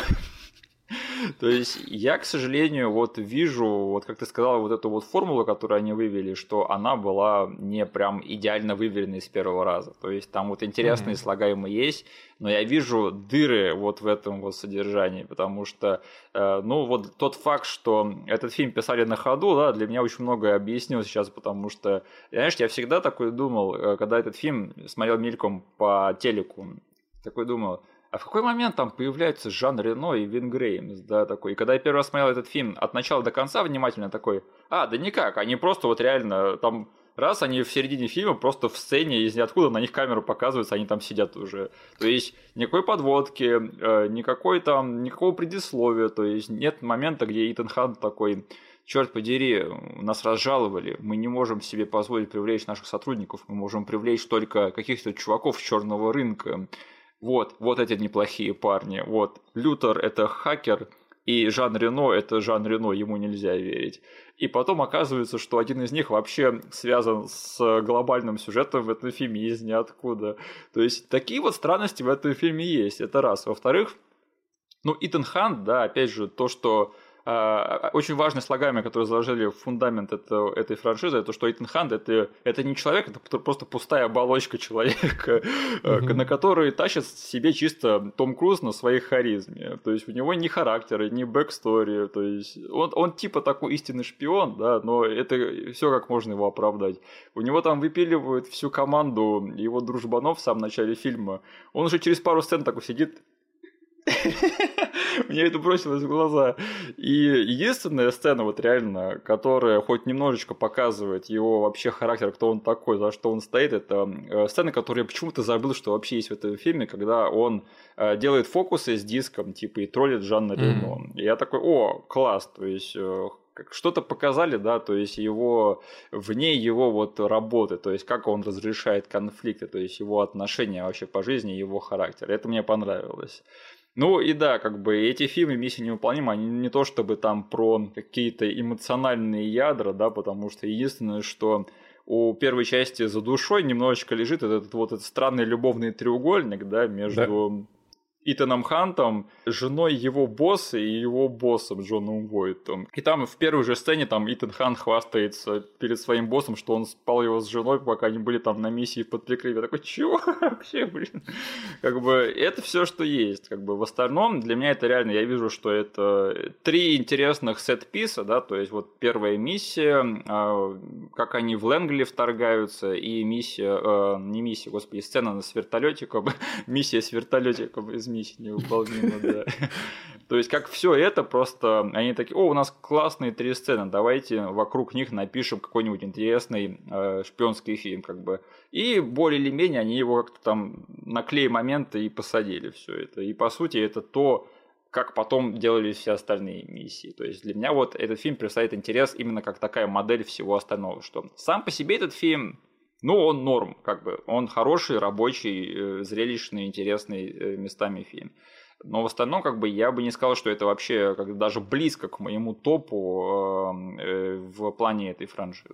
A: То есть я, к сожалению, вот вижу, вот как ты сказал, вот эту вот формулу, которую они вывели, что она была не прям идеально выверенной с первого раза. То есть там вот интересные mm-hmm. слагаемые есть, но я вижу дыры вот в этом вот содержании, потому что, э, ну вот тот факт, что этот фильм писали на ходу, да, для меня очень многое объяснил сейчас, потому что, знаешь, я всегда такой думал, когда этот фильм смотрел мельком по телеку, такой думал, а в какой момент там появляются Жан Рено и Вин Греймс, да, такой. И когда я первый раз смотрел этот фильм от начала до конца внимательно, такой, а, да никак, они просто вот реально там, раз они в середине фильма просто в сцене из ниоткуда на них камеру показывается, они там сидят уже. То есть никакой подводки, э, никакой там, никакого предисловия, то есть нет момента, где Итан Хант такой, черт подери, нас разжаловали, мы не можем себе позволить привлечь наших сотрудников, мы можем привлечь только каких-то чуваков с черного рынка. Вот, вот эти неплохие парни. Вот, Лютер – это хакер, и Жан Рено – это Жан Рено, ему нельзя верить. И потом оказывается, что один из них вообще связан с глобальным сюжетом в этом фильме из ниоткуда. То есть, такие вот странности в этом фильме есть, это раз. Во-вторых, ну, Итан Хант, да, опять же, то, что... Очень важное слагаемое, которое заложили в фундамент это, этой франшизы, это что Итан Хант это, это не человек, это просто пустая оболочка человека, mm-hmm. на которой тащит себе чисто Том Круз на своей харизме. То есть у него ни характера, ни бэкстори. То есть он, он типа такой истинный шпион, да, но это все как можно его оправдать. У него там выпиливают всю команду его дружбанов в самом начале фильма. Он уже через пару сцен такой сидит. Мне это бросилось в глаза. И единственная сцена, вот реально, которая хоть немножечко показывает его вообще характер, кто он такой, за что он стоит, это сцена, которую я почему-то забыл, что вообще есть в этом фильме, когда он делает фокусы с диском, типа, и троллит Жанна Рено. Mm-hmm. И я такой, о, класс, то есть... что-то показали, да, то есть его вне его вот работы, то есть как он разрешает конфликты, то есть его отношения вообще по жизни, его характер. Это мне понравилось. Ну и да, как бы эти фильмы «Миссия невыполнима», они не то чтобы там про какие-то эмоциональные ядра, да, потому что единственное, что у первой части за душой немножечко лежит этот вот этот странный любовный треугольник, да, между... Да. Итаном Хантом, женой его босса и его боссом Джоном Войтом. И там в первой же сцене там Итан Хант хвастается перед своим боссом, что он спал его с женой, пока они были там на миссии под прикрытием. Я такой, чего вообще, блин? Как бы это все, что есть. Как бы в остальном для меня это реально, я вижу, что это три интересных сет-писа, да, то есть вот первая миссия, как они в Лэнгли вторгаются, и миссия, не миссия, господи, сцена с вертолетиком, миссия с вертолетиком из миссии невыполнима, да. То есть, как все это просто, они такие, о, у нас классные три сцены, давайте вокруг них напишем какой-нибудь интересный э, шпионский фильм, как бы. И более или менее они его как-то там наклеили моменты и посадили все это. И по сути это то, как потом делались все остальные миссии. То есть для меня вот этот фильм представляет интерес именно как такая модель всего остального, что сам по себе этот фильм... Ну, он норм, как бы. Он хороший, рабочий, зрелищный, интересный местами фильм. Но в остальном, как бы, я бы не сказал, что это вообще как даже близко к моему топу э, в плане этой франшизы.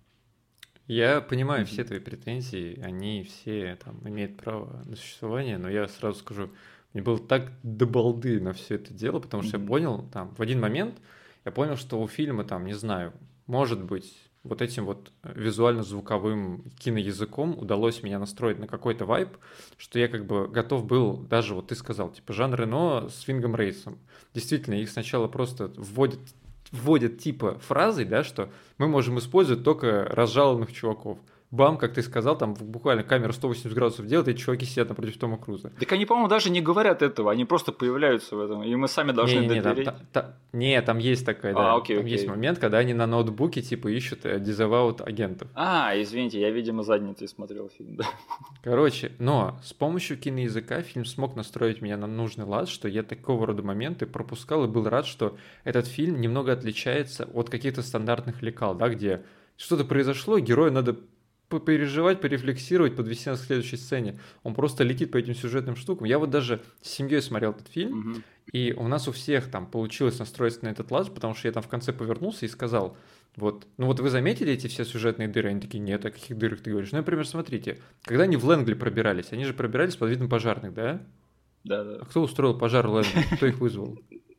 B: Я понимаю mm-hmm. все твои претензии, они все там имеют право на существование, но я сразу скажу, мне было так до балды на все это дело, потому что mm-hmm. я понял, там, в один момент я понял, что у фильма, там, не знаю, может быть... вот этим вот визуально-звуковым киноязыком удалось меня настроить на какой-то вайб, что я как бы готов был, даже вот ты сказал, типа Жан Рено с Вингом Рейсом. Действительно, их сначала просто вводят, вводят типа фразой, да, что мы можем использовать только разжалованных чуваков. бам, как ты сказал, там буквально камера сто восемьдесят градусов делает, и чуваки сидят напротив Тома Круза.
A: Так они, по-моему, даже не говорят этого, они просто появляются в этом, и мы сами должны
B: не, не,
A: доверять.
B: Там, там, не, там есть такая,
A: а,
B: да,
A: окей,
B: там
A: окей.
B: есть момент, когда они на ноутбуке типа ищут дизаваут агентов.
A: А, извините, я, видимо, задницей смотрел фильм, да.
B: Короче, но с помощью киноязыка фильм смог настроить меня на нужный лад, что я такого рода моменты пропускал и был рад, что этот фильм немного отличается от каких-то стандартных лекал, да, где что-то произошло, герою надо попереживать, порефлексировать, подвести нас к следующей сцене. Он просто летит по этим сюжетным штукам. Я вот даже с семьей смотрел этот фильм, угу. и у нас у всех там получилось настроиться на этот лад, потому что я там в конце повернулся и сказал, вот, ну вот вы заметили эти все сюжетные дыры? Они такие, нет, о каких дырах ты говоришь? Ну, например, смотрите, когда они в Лэнгли пробирались, они же пробирались под видом пожарных, да?
A: Да, да.
B: А кто устроил пожар в Лэнгли? Кто их вызвал?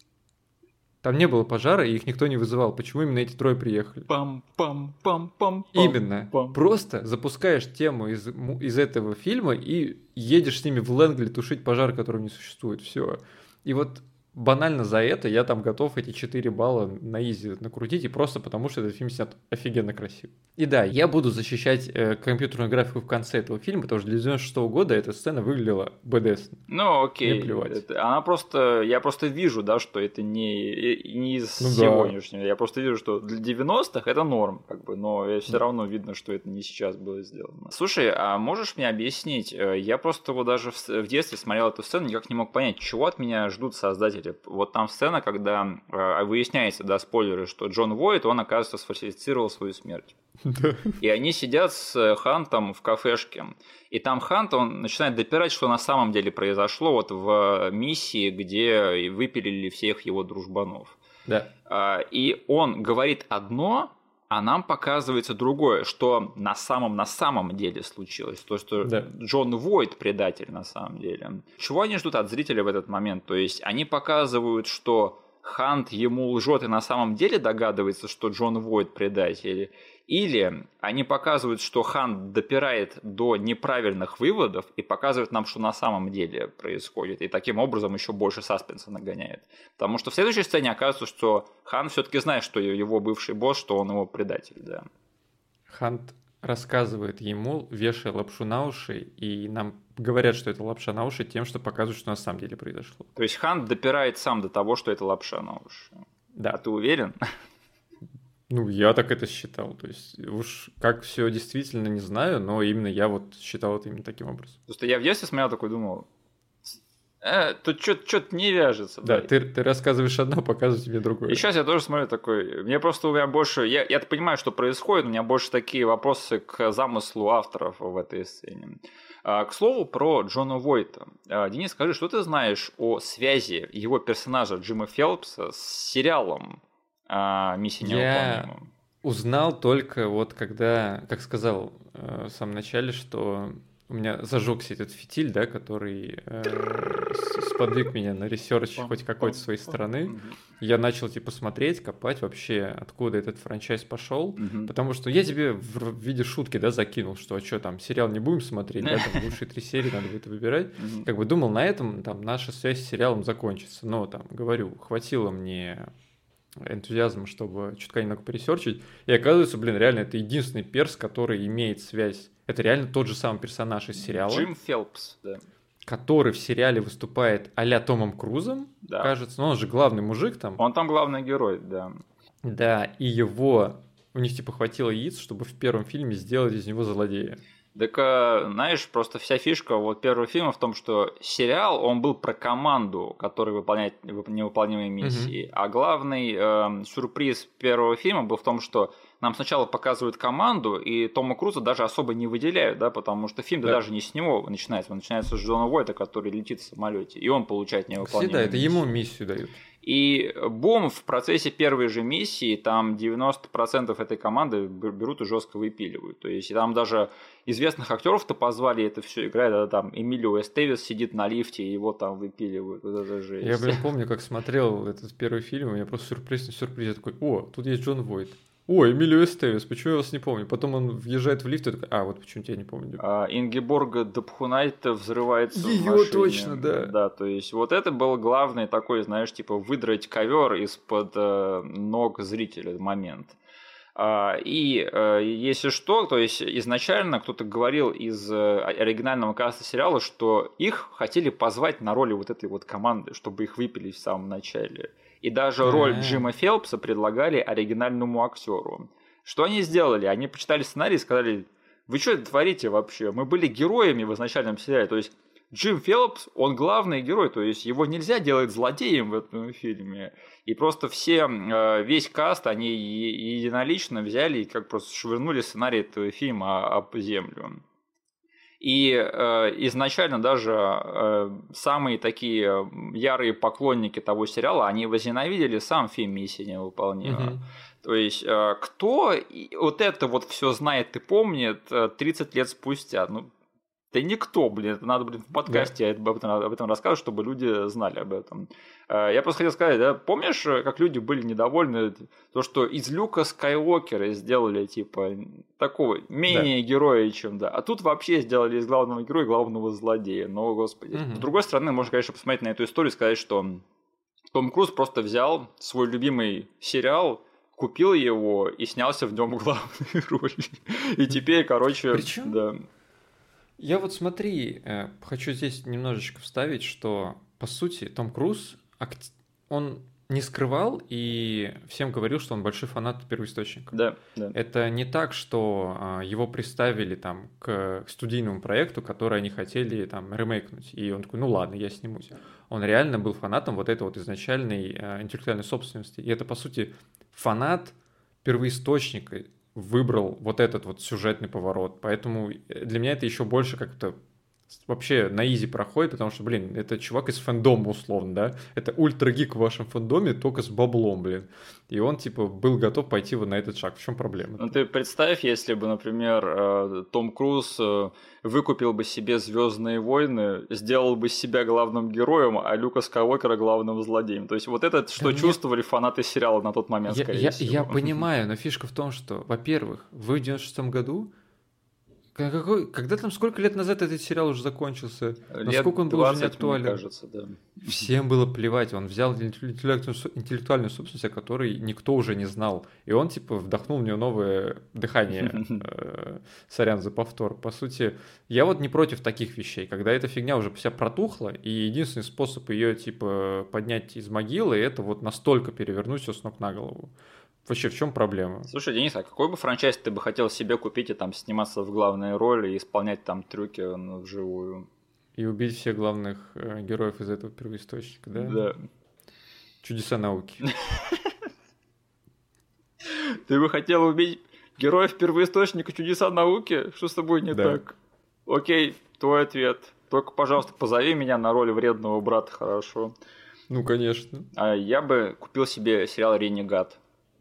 B: Там не было пожара, и их никто не вызывал. Почему именно эти трое приехали?
A: Пам-пам-пам-пам-пам.
B: Именно.
A: Пам.
B: Просто запускаешь тему из, из этого фильма и едешь с ними в Лэнгли тушить пожар, которого не существует. Все. И вот банально за это я там готов эти четыре балла на изи накрутить, и просто потому, что этот фильм снят офигенно красиво. И да, я буду защищать э, компьютерную графику в конце этого фильма, потому что для девяносто шестого года эта сцена выглядела бэдэсно.
A: Ну, окей.
B: Мне плевать.
A: Это, она просто, я просто вижу, да, что это не, не из
B: ну,
A: сегодняшнего.
B: Да.
A: Я просто вижу, что для девяностых это норм, как бы, но все да. равно видно, что это не сейчас было сделано. Слушай, а можешь мне объяснить? Я просто вот даже в, в детстве смотрел эту сцену, никак не мог понять, чего от меня ждут создатели. Вот там сцена, когда э, выясняется, да, спойлеры, что Джон Войт, он, оказывается, сфальсифицировал свою смерть. И они сидят с Хантом в кафешке. И там Хант, он начинает допирать, что на самом деле произошло вот в миссии, где выпилили всех его дружбанов.
B: Да.
A: И он говорит одно, а нам показывается другое, что на самом на самом деле случилось. То, что да. Джон Войт предатель на самом деле. Чего они ждут от зрителя в этот момент? То есть они показывают, что Хант ему лжет и на самом деле догадывается, что Джон Войт предатель. Или они показывают, что Хант допирает до неправильных выводов и показывают нам, что на самом деле происходит. И таким образом еще больше саспенса нагоняет. Потому что в следующей сцене оказывается, что Хант все-таки знает, что его бывший босс, что он его предатель. Да.
B: Хант рассказывает ему, вешая лапшу на уши, и нам говорят, что это лапша на уши, тем, что показывают, что на самом деле произошло.
A: То есть Хант допирает сам до того, что это лапша на уши.
B: Да.
A: А ты уверен?
B: Ну, я так это считал. То есть, уж как все действительно не знаю, но именно я вот считал это именно таким образом.
A: Просто я в детстве смотрел такой, думал, э, тут что-то не вяжется.
B: Да, да. Ты, ты рассказываешь одно, показываю тебе другое.
A: И сейчас я тоже смотрю такой, мне просто у меня больше, я, я понимаю, что происходит, у меня больше такие вопросы к замыслу авторов в этой сцене. А, к слову про Джона Войта. А, Денис, скажи, что ты знаешь о связи его персонажа Джима Фелпса с сериалом «Миссия невыполнима»?
B: Я узнал только вот когда, как сказал в самом начале, что у меня зажегся этот фитиль, да, который э, сподвиг меня на ресерч хоть какой-то своей стороны. Я начал типа смотреть, копать вообще, откуда этот франчайз пошел, mm-hmm. потому что я тебе в виде шутки, да, закинул, что а что там, сериал не будем смотреть, да, там лучшие три серии надо будет выбирать. Mm-hmm. Как бы думал, на этом там наша связь с сериалом закончится, но там, говорю, хватило мне энтузиазма, чтобы чутка немного поресерчить, и оказывается, блин, реально это единственный перс, который имеет связь. Это реально тот же самый персонаж из сериала.
A: Джим Фелпс, да.
B: Который в сериале выступает а-ля Томом Крузом, да. кажется. Ну, он же главный мужик там.
A: Он там главный герой, да.
B: Да, и его... У них типа хватило яиц, чтобы в первом фильме сделать из него злодея.
A: Так, знаешь, просто вся фишка вот первого фильма в том, что сериал, он был про команду, которая выполняет невыполнимые миссии. Uh-huh. А главный э, сюрприз первого фильма был в том, что нам сначала показывают команду, и Тома Круза даже особо не выделяют, да, потому что фильм да. даже не с него начинается, он начинается с Джона Войта, который летит в самолете, и он получает невыполнимые
B: Всегда,
A: миссии.
B: это ему миссию дают.
A: И бум, в процессе первой же миссии там девяносто процентов этой команды берут и жестко выпиливают. То есть там даже известных актеров-то позвали, это все играет, а там Эмилио Эстевес сидит на лифте, и его там выпиливают. Вот это жесть.
B: Я, блин, помню, как смотрел этот первый фильм, у меня просто сюрприз на сюрприз. Я такой, о, тут есть Джон Войт. О, Эмилио Эстевес, почему я вас не помню? Потом он въезжает в лифт и такой, а, вот почему я не помню.
A: А, Ингеборга Дапхунайта взрывается
B: Её
A: в машине.
B: точно, да.
A: Да, то есть вот это был главный такой, знаешь, типа выдрать ковер из-под э, ног зрителя момент. И если что, то есть изначально кто-то говорил из оригинального каста сериала, что их хотели позвать на роли вот этой вот команды, чтобы их выпили в самом начале. И даже роль Джима Фелпса предлагали оригинальному актеру. Что они сделали? Они почитали сценарий и сказали: вы что творите вообще? Мы были героями в изначальном сериале. То есть Джим Фелпс, он главный герой, то есть его нельзя делать злодеем в этом фильме. И просто все, весь каст, они единолично взяли и как просто швырнули сценарий этого фильма об землю. И э, изначально даже э, самые такие ярые поклонники того сериала, они возненавидели сам фильм «Миссия невыполнима». Mm-hmm. То есть э, кто вот это вот все знает и помнит тридцать лет спустя? Ну, да никто, блин, это надо, блин, в подкасте yeah. об, этом, об этом рассказывать, чтобы люди знали об этом. Я просто хотел сказать, да, помнишь, как люди были недовольны, то, что из Люка Скайуокера сделали, типа, такого, менее yeah. героя, чем, да, а тут вообще сделали из главного героя главного злодея, ну, господи. Mm-hmm. С другой стороны, можно, конечно, посмотреть на эту историю и сказать, что Том Круз просто взял свой любимый сериал, купил его и снялся в нем главной роли. И теперь, короче,
B: Причем...
A: да...
B: Я вот смотри, хочу здесь немножечко вставить, что, по сути, Том Круз, он не скрывал и всем говорил, что он большой фанат первоисточника.
A: Да, да.
B: Это не так, что его приставили там к студийному проекту, который они хотели там ремейкнуть, и он такой: ну ладно, я снимусь. Он реально был фанатом вот этой вот изначальной интеллектуальной собственности. И это, по сути, фанат первоисточника выбрал вот этот вот сюжетный поворот. Поэтому для меня это еще больше как-то вообще на изи проходит, потому что, блин, это чувак из фэндома условно, да? Это ультрагик в вашем фэндоме, только с баблом, блин. И он, типа, был готов пойти вот на этот шаг. В чем проблема?
A: Ну, ты представь, если бы, например, Том Круз выкупил бы себе «Звездные войны», сделал бы себя главным героем, а Люка Скайуокера главным злодеем. То есть вот это, что да чувствовали нет. фанаты сериала на тот момент,
B: я,
A: скорее
B: я,
A: всего.
B: Я понимаю, но фишка в том, что, во-первых, вы в девяносто шестом году Какой, когда там, сколько лет назад этот сериал уже закончился?
A: Лет
B: Насколько он был уже не актуален?
A: Мне кажется, да.
B: Всем было плевать. Он взял интеллектуальную собственность, о которой никто уже не знал. И он, типа, вдохнул в нее новое дыхание. Сорян за повтор. По сути, я вот не против таких вещей. Когда эта фигня уже вся протухла, и единственный способ ее, типа, поднять из могилы, это вот настолько перевернуть все с ног на голову. Вообще, в чем проблема?
A: Слушай, Денис, а какой бы франчайз ты бы хотел себе купить и там сниматься в главной роли и исполнять там трюки ну, вживую?
B: И убить всех главных э, героев из этого первоисточника, да?
A: Да.
B: Чудеса науки.
A: Ты бы хотел убить героев первоисточника Чудеса науки? Что с тобой не так? Окей, твой ответ. Только, пожалуйста, позови меня на роль вредного брата, хорошо?
B: Ну, конечно.
A: А я бы купил себе сериал «Ренегат».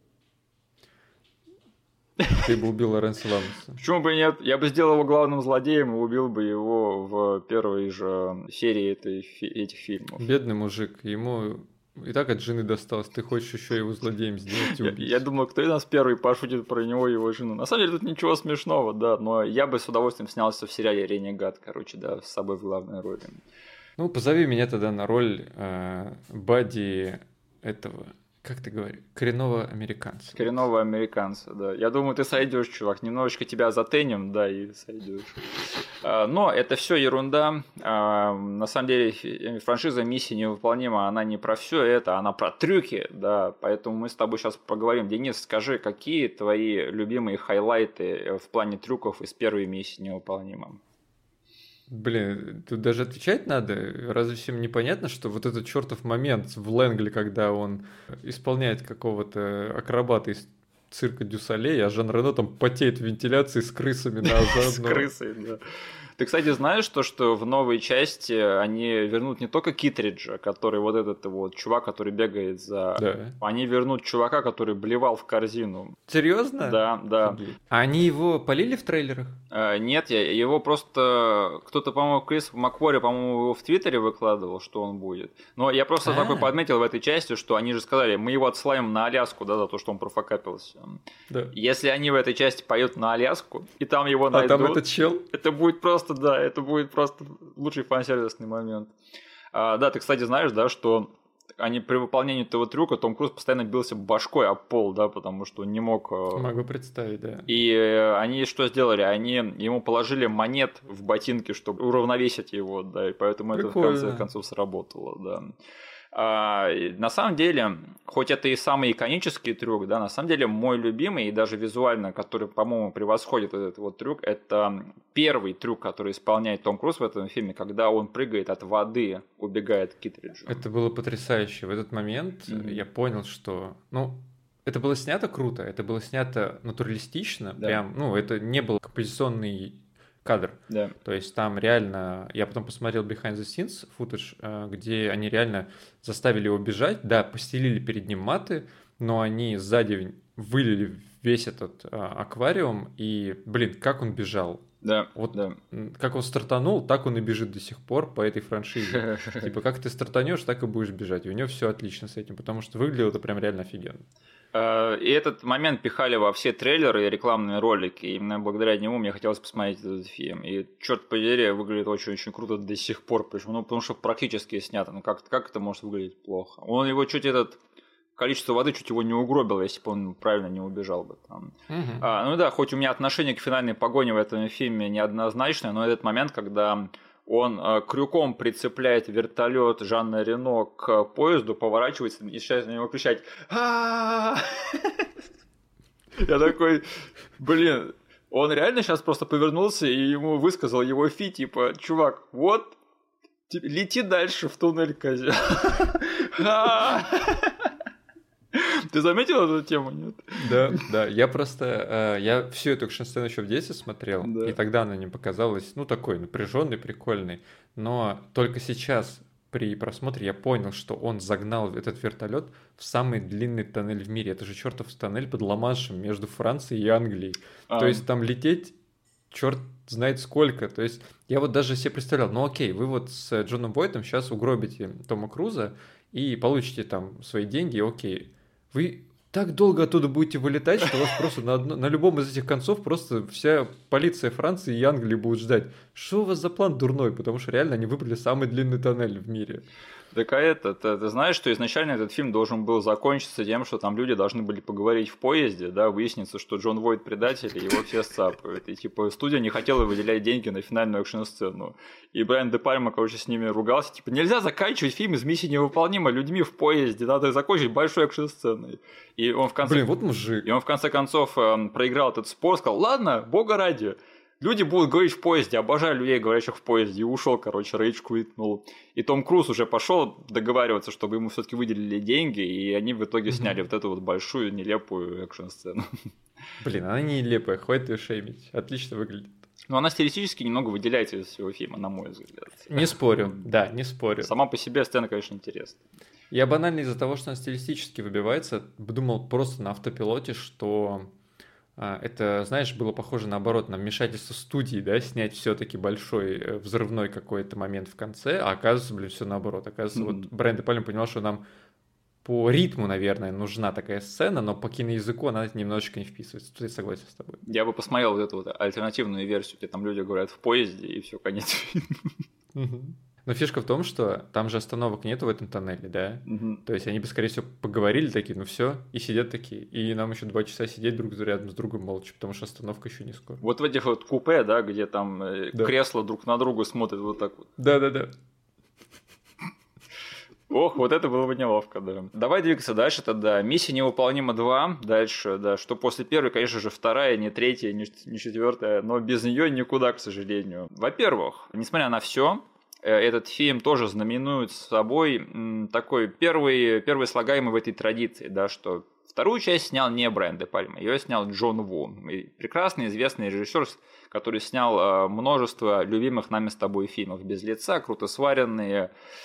B: Ты бы убил Лоренса Ламоса.
A: Почему бы нет? Я бы сделал его главным злодеем и убил бы его в первой же серии этой, этих фильмов.
B: Бедный мужик, ему и так от жены досталось. Ты хочешь еще его злодеем сделать и убить?
A: Я, я думаю, кто из нас первый пошутит про него и его жену. На самом деле тут ничего смешного, да, но я бы с удовольствием снялся в сериале «Ренегат», короче, да, с собой в главной роли.
B: Ну, позови меня тогда на роль э, бадди этого... Как ты говоришь? Коренного американца.
A: Коренного американца, да. Я думаю, ты сойдешь, чувак. Немножечко тебя затеним, да, и сойдешь. Но это все ерунда. На самом деле, франшиза «Миссия невыполнима», она не про все это, она про трюки, да. Поэтому мы с тобой сейчас поговорим. Денис, скажи, какие твои любимые хайлайты в плане трюков из первой «Миссии невыполнима»?
B: Блин, тут даже отвечать надо. Разве всем непонятно, что вот этот чертов момент в Лэнгли, когда он исполняет какого-то акробата из цирка Дю Солей, а Жан Рено там потеет в вентиляции с крысами на заодно.
A: С крысой, да. Ты, кстати, знаешь то, что в новой части они вернут не только Китриджа, который вот этот вот чувак, который бегает за...
B: Да.
A: Они вернут чувака, который блевал в корзину.
B: Серьезно?
A: Да, да.
B: А они его полили в трейлерах?
A: А, нет, я, его просто... Кто-то, по-моему, Крис Маквори, по-моему, его в Твиттере выкладывал, что он будет. Но я просто А-а-а. такой подметил в этой части, что они же сказали, мы его отсылаем на Аляску, да, за то, что он профокапился.
B: Да.
A: Если они в этой части поют на Аляску, и там его найдут...
B: А там этот чел?
A: Это будет просто... Да, это будет просто лучший фан-сервисный момент. А, да, ты, кстати, знаешь, да, что они при выполнении этого трюка Том Круз постоянно бился башкой об пол, да, потому что он не мог...
B: Могу представить, да.
A: И они что сделали? Они ему положили монет в ботинки, чтобы уравновесить его, да, и поэтому Прикольно. Это в конце концов сработало, да. А, на самом деле, хоть это и самый иконический трюк, да, на самом деле мой любимый и даже визуально, который, по-моему, превосходит этот вот трюк, это первый трюк, который исполняет Том Круз в этом фильме, когда он прыгает от воды, убегает к Китриджу.
B: Это было потрясающе. В этот момент mm-hmm. я понял, что, ну, это было снято круто, это было снято натуралистично, да. Прям, ну, это не был композиционный кадр.
A: Да.
B: То есть там реально... Я потом посмотрел behind the scenes футаж, где они реально заставили его бежать. Да, постелили перед ним маты, но они сзади вылили весь этот а, аквариум. И, блин, как он бежал.
A: Да,
B: вот
A: да.
B: Как он стартанул, так он и бежит до сих пор по этой франшизе. Типа, как ты стартанешь, так и будешь бежать. И у него все отлично с этим, потому что выглядело это прям реально офигенно.
A: И этот момент пихали во все трейлеры и рекламные ролики. И именно благодаря нему мне хотелось посмотреть этот фильм. И, черт подери, выглядит очень-очень круто до сих пор. Почему? Ну, потому что практически снято. Ну, как, как это может выглядеть плохо? Он его чуть этот... Количество воды чуть его не угробило, если бы он правильно не убежал бы там.
B: Uh-huh.
A: А, ну да, хоть у меня отношение к финальной погоне в этом фильме неоднозначное, но этот момент, когда... Он э, крюком прицепляет вертолет Жанна Рено к поезду, поворачивается и начинает на него кричать «А-а-а!». Я такой, блин, он реально сейчас просто повернулся и ему высказал его фи, типа, чувак, вот, лети дальше в туннель, козел. Ты заметил эту тему, нет?
B: Да, да. Я просто... Э, я всю эту экшн-сцену еще в детстве смотрел, да. И тогда она мне показалась, ну, такой напряженной, прикольной. Но только сейчас при просмотре я понял, что он загнал этот вертолет в самый длинный тоннель в мире. Это же чертов тоннель под Ла-Маншем между Францией и Англией. А. То есть там лететь черт знает сколько. То есть я вот даже себе представлял, ну окей, вы вот с Джоном Войтом сейчас угробите Тома Круза и получите там свои деньги, окей. Вы так долго оттуда будете вылетать, что вас просто на, одно, на любом из этих концов просто вся полиция Франции и Англии будет ждать. Что у вас за план дурной? Потому что реально они выбрали самый длинный тоннель в мире.
A: Так а это, ты, ты знаешь, что изначально этот фильм должен был закончиться тем, что там люди должны были поговорить в поезде, да, выяснится, что Джон Войт предатель, и его все сцапают. И типа студия не хотела выделять деньги на финальную экшн-сцену. И Брайан Де Пальма, короче, с ними ругался, типа, нельзя заканчивать фильм из «Миссии невыполнима» людьми в поезде, надо закончить большой экшн-сценой. И он в конце...
B: Блин, вот мужик.
A: И он в конце концов э, проиграл этот спор, сказал, ладно, бога ради. Люди будут говорить в поезде, обожаю людей, говорящих в поезде, и ушел, короче, рейдж квитнул. И Том Круз уже пошел договариваться, чтобы ему все-таки выделили деньги, и они в итоге сняли mm-hmm. вот эту вот большую нелепую экшн-сцену.
B: Блин, она не нелепая, хватит ее шеймить. Отлично выглядит.
A: Но она стилистически немного выделяется из всего фильма, на мой взгляд.
B: Не спорю, да, не спорю.
A: Сама по себе сцена, конечно, интересная.
B: Я банально из-за того, что она стилистически выбивается, думал просто на автопилоте, что... Это, знаешь, было похоже наоборот на вмешательство студии, да, снять все-таки большой взрывной какой-то момент в конце, а оказывается, блин, все наоборот. Оказывается, mm-hmm. вот Брайан Де Пальма понял, что нам по ритму, наверное, нужна такая сцена, но по киноязыку она немножечко не вписывается. Тут я согласен с тобой.
A: Я бы посмотрел вот эту вот альтернативную версию, где там люди говорят в поезде, и все, конец
B: фильма. Но фишка в том, что там же остановок нету в этом тоннеле, да?
A: Угу.
B: То есть они бы, скорее всего, поговорили такие, ну все, и сидят такие. И нам еще два часа сидеть друг рядом с другом молча, потому что остановка еще не скоро.
A: Вот в этих вот купе, да, где там да. кресла друг на друга смотрят вот так вот.
B: Да-да-да.
A: Ох, вот это было бы неловко, да. Давай двигаться дальше тогда. «Миссия невыполнима два». Дальше, да, что после первой, конечно же, вторая, не третья, не четвертая, но без нее никуда, к сожалению. Во-первых, несмотря на все, этот фильм тоже знаменует собой такой первый, первый слагаемый в этой традиции, да, что вторую часть снял не Брайан Де Пальма, ее снял Джон Ву, прекрасный известный режиссер, который снял множество любимых нами с тобой фильмов «Без лица», «Круто сваренные».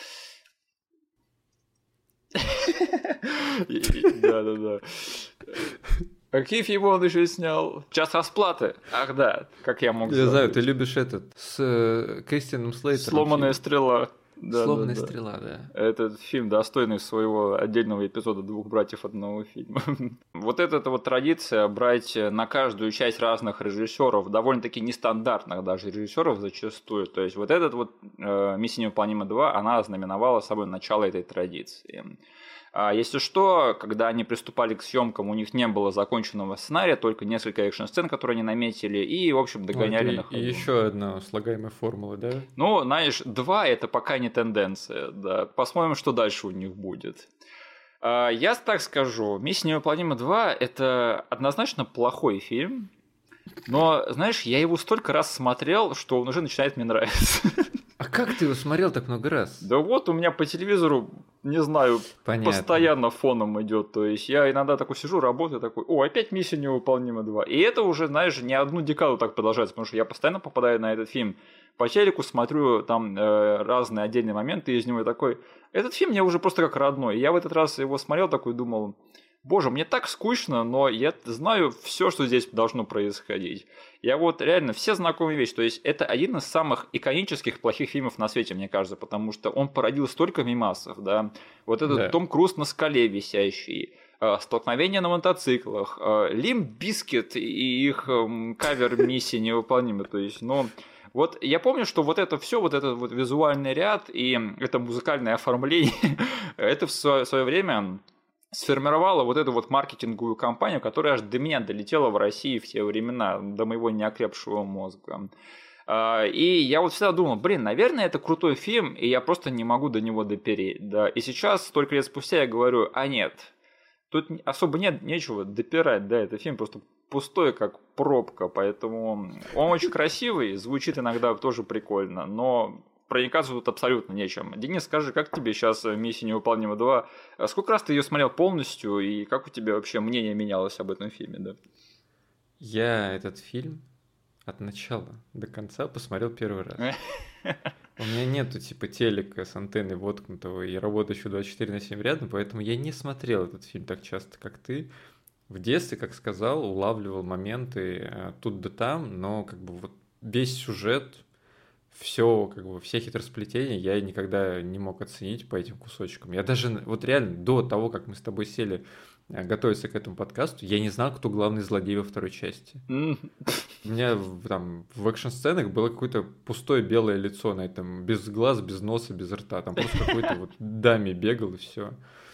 A: Да-да-да. Какие фильмы он еще снял? «Час расплаты». Ах да, как я мог
B: сказать. Я знаю, ты любишь этот, с Кристианом Слейтером.
A: «Сломанная стрела». Да,
B: Словная
A: да, да.
B: стрела, да.
A: Этот фильм достойный своего отдельного эпизода двух братьев одного фильма. Вот эта вот традиция брать на каждую часть разных режиссеров, довольно-таки нестандартных даже режиссеров зачастую. То есть вот этот вот э, «Миссия невыполнима два», она ознаменовала собой начало этой традиции. А если что, когда они приступали к съемкам, у них не было законченного сценария, только несколько экшн-сцен, которые они наметили, и, в общем, догоняли
B: Вот,
A: на
B: и,
A: ходу.
B: и еще одна слагаемая формула, да?
A: Ну, знаешь, два это пока не тенденция, да. Посмотрим, что дальше у них будет. А, я так скажу, «Миссия невыполнима два» это однозначно плохой фильм, но, знаешь, я его столько раз смотрел, что он уже начинает мне нравиться.
B: А как ты его смотрел так много раз?
A: Да вот у меня по телевизору, не знаю,
B: Понятно.
A: постоянно фоном идет. То есть я иногда такой сижу, работаю, такой, о, опять «Миссия невыполнима два». И это уже, знаешь, не одну декаду так продолжается, потому что я постоянно попадаю на этот фильм. По телеку смотрю там э, разные отдельные моменты из него и такой, этот фильм мне уже просто как родной. И я в этот раз его смотрел такой, думал, боже, мне так скучно, но я знаю все, что здесь должно происходить. Я вот реально все знакомые вещи. То есть это один из самых иконических плохих фильмов на свете, мне кажется, потому что он породил столько мемасов, да. Вот этот
B: Да.
A: Том Круз на скале висящий, э, столкновение на мотоциклах, Лимп Бизкит и их э, кавер «Миссии невыполнима». То есть, ну... Вот я помню, что вот это все, вот этот вот визуальный ряд и это музыкальное оформление, это в свое время сформировало вот эту вот маркетинговую кампанию, которая аж до меня долетела в России в те времена, до моего неокрепшего мозга. И я вот всегда думал, блин, наверное, это крутой фильм, и я просто не могу до него допереть. Да. И сейчас, столько лет спустя, я говорю, а нет, тут особо нет нечего допирать, да, это фильм просто пустой, как пробка, поэтому он очень красивый, звучит иногда тоже прикольно, но проникаться тут абсолютно нечем. Денис, скажи, как тебе сейчас «Миссия невыполнима два»? Сколько раз ты ее смотрел полностью, и как у тебя вообще мнение менялось об этом фильме, да?
B: Я этот фильм от начала до конца посмотрел первый раз. У меня нету типа телека с антенной воткнутого и работающего двадцать четыре на семь рядом, поэтому я не смотрел этот фильм так часто, как ты. В детстве, как сказал, улавливал моменты э, тут да там, но как бы вот весь сюжет, все, как бы все хитросплетения я никогда не мог оценить по этим кусочкам. Я даже вот реально до того, как мы с тобой сели э, готовиться к этому подкасту, я не знал, кто главный злодей во второй части. У меня в- там в экшн-сценах было какое-то пустое белое лицо на этом, без глаз, без носа, без рта. Там просто какой-то вот даме бегал и все.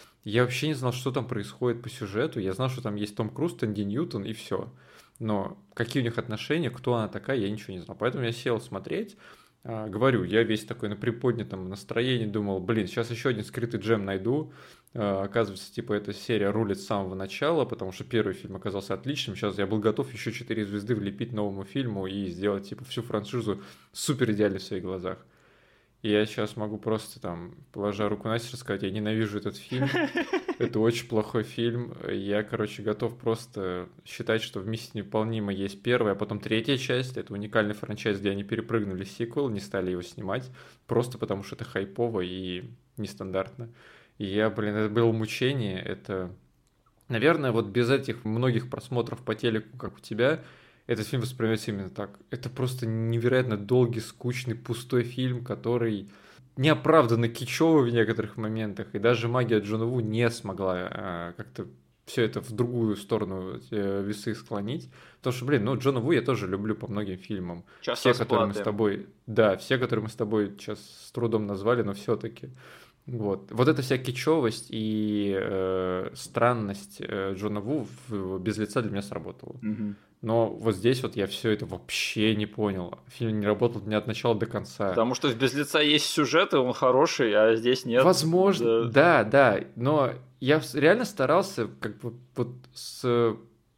B: Я вообще не знал, что там происходит по сюжету. Я знал, что там есть Том Круз, Тэнди Ньютон и все. Но какие у них отношения, кто она такая, я ничего не знал. Поэтому я сел смотреть. А, говорю, я весь такой на приподнятом настроении думал, блин, сейчас еще один скрытый джем найду. А, оказывается, типа эта серия рулит с самого начала, потому что первый фильм оказался отличным. Сейчас я был готов еще четыре звезды влепить новому фильму и сделать типа всю франшизу супер идеальной в своих глазах. И я сейчас могу просто там, положа руку на сердце, сказать, я ненавижу этот фильм, это очень плохой фильм. Я, короче, готов просто считать, что в «Миссии невыполнима» есть первая, а потом третья часть. Это уникальный франчайз, где они перепрыгнули сиквел, не стали его снимать, просто потому что это хайпово и нестандартно. И я, блин, это было мучение, это... Наверное, вот без этих многих просмотров по телеку, как у тебя, этот фильм воспринимается именно так. Это просто невероятно долгий, скучный, пустой фильм, который неоправданно кичевый в некоторых моментах. И даже магия Джона Ву не смогла э, как-то все это в другую сторону э, весы склонить. Потому что, блин, ну, Джона Ву я тоже люблю по многим фильмам.
A: Час
B: все, которые мы
A: расплаты.
B: с тобой... Да, все, которые мы с тобой сейчас с трудом назвали, но все-таки... Вот. Вот эта вся кичевость и э, странность э, Джона Ву в, без лица для меня сработала.
A: Мгм.
B: Но вот здесь вот я все это вообще не понял. Фильм не работал у меня от начала до конца.
A: Потому что в «Без лица» есть сюжет, и он хороший, а здесь нет.
B: Возможно, да, да, но я с- реально старался как бы вот с,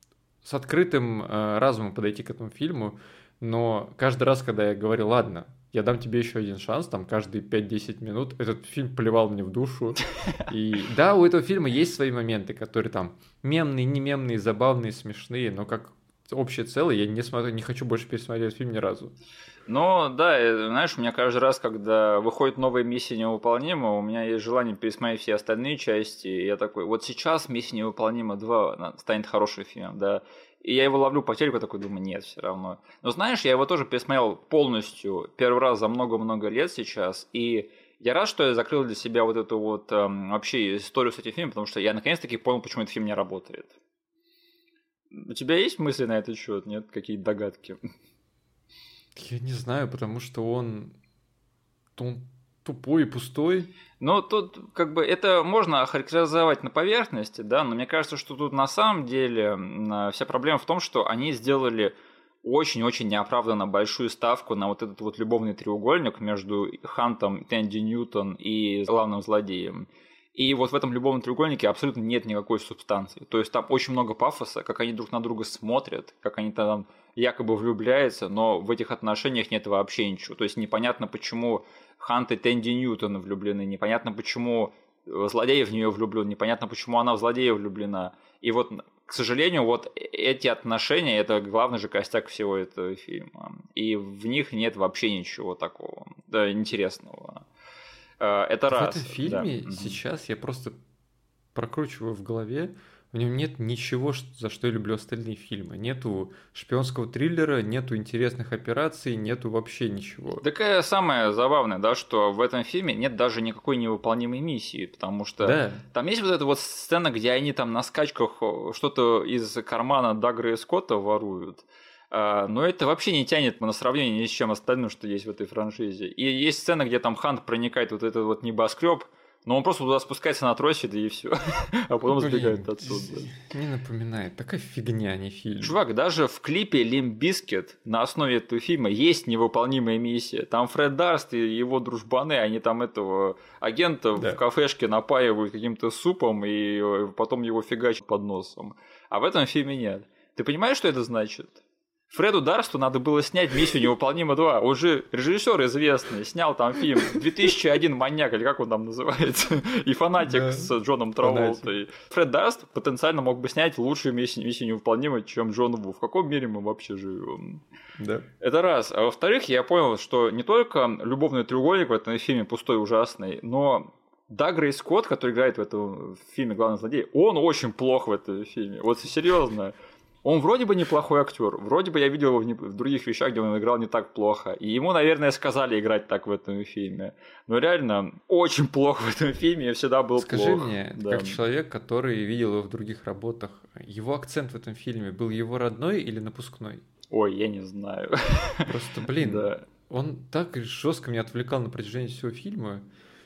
B: с открытым э, разумом подойти к этому фильму, но каждый раз, когда я говорил, ладно, я дам тебе еще один шанс, там каждые пять-десять минут этот фильм плевал мне в душу. И да, у этого фильма есть свои моменты, которые там мемные, не мемные, забавные, смешные, но как общее целое я не смотрю, не хочу больше пересмотреть этот фильм ни разу.
A: Ну, да, э, знаешь, у меня каждый раз, когда выходит новая «Миссия невыполнима», у меня есть желание пересмотреть все остальные части, и я такой, вот сейчас «Миссия невыполнима два» она станет хорошим фильмом, да, и я его ловлю по телеку, такой думаю, нет, все равно. Но знаешь, я его тоже пересмотрел полностью, первый раз за много-много лет сейчас, и я рад, что я закрыл для себя вот эту вот эм, вообще историю с этим фильмом, потому что я наконец-таки понял, почему этот фильм не работает. У тебя есть мысли на этот счет? Нет? Какие-то догадки?
B: Я не знаю, потому что он, он тупой и пустой.
A: Ну, тут как бы это можно охарактеризовать на поверхности, да, но мне кажется, что тут на самом деле м, вся проблема в том, что они сделали очень-очень неоправданно большую ставку на вот этот вот любовный треугольник между Хантом, Тэнди Ньютон и главным злодеем. И вот в этом любовном треугольнике абсолютно нет никакой субстанции. То есть там очень много пафоса, как они друг на друга смотрят, как они там якобы влюбляются, но в этих отношениях нет вообще ничего. То есть непонятно, почему Хант и Тэнди Ньютон влюблены, непонятно, почему злодей в нее влюблен, непонятно, почему она в злодея влюблена. И вот, к сожалению, вот эти отношения – это главный же костяк всего этого фильма. И в них нет вообще ничего такого да, интересного. Это
B: В
A: раз.
B: этом фильме
A: Да.
B: сейчас я просто прокручиваю в голове, в нем нет ничего, за что я люблю остальные фильмы. Нету шпионского триллера, нету интересных операций, нету вообще ничего.
A: Такая самая забавная, да, что в этом фильме нет даже никакой невыполнимой миссии, потому что
B: да.
A: там есть вот эта вот сцена, где они там на скачках что-то из кармана Дагра и Скотта воруют. Но это вообще не тянет на сравнение ни с чем остальным, что есть в этой франшизе. И есть сцена, где там Хант проникает в вот этот вот небоскреб, но он просто туда спускается на тросе, да и все, а потом сбегает оттуда.
B: Не напоминает, такая фигня, а не фильм.
A: Чувак, даже в клипе Limp Bizkit на основе этого фильма есть невыполнимая миссия. Там Фред Дарст и его дружбаны, они там этого агента да. в кафешке напаивают каким-то супом и потом его фигачат под носом. А в этом фильме нет. Ты понимаешь, что это значит? Фреду Дарсту надо было снять «Миссию невыполнима два». Он же режиссер известный, снял там фильм две тысячи один «Маньяк», или как он там называется, и «Фанатик» да. с Джоном Траволтой. Фред Дарст потенциально мог бы снять лучшую «Миссию, миссию невыполнима», чем Джон Ву. В каком мире мы вообще живем?
B: Да.
A: Это раз. А во-вторых, я понял, что не только любовный треугольник в этом фильме пустой, ужасный, но Дагра и Скотт, который играет в этом фильме главный злодей, он очень плох в этом фильме. Вот серьезно. Он вроде бы неплохой актер, вроде бы я видел его в других вещах, где он играл не так плохо. И ему, наверное, сказали играть так в этом фильме. Но реально очень плохо в этом фильме, и всегда был
B: Скажи
A: плох.
B: Скажи мне,
A: да.
B: как человек, который видел его в других работах, его акцент в этом фильме был его родной или напускной?
A: Ой, я не знаю.
B: Просто, блин,
A: да.
B: он так жестко меня отвлекал на протяжении всего фильма.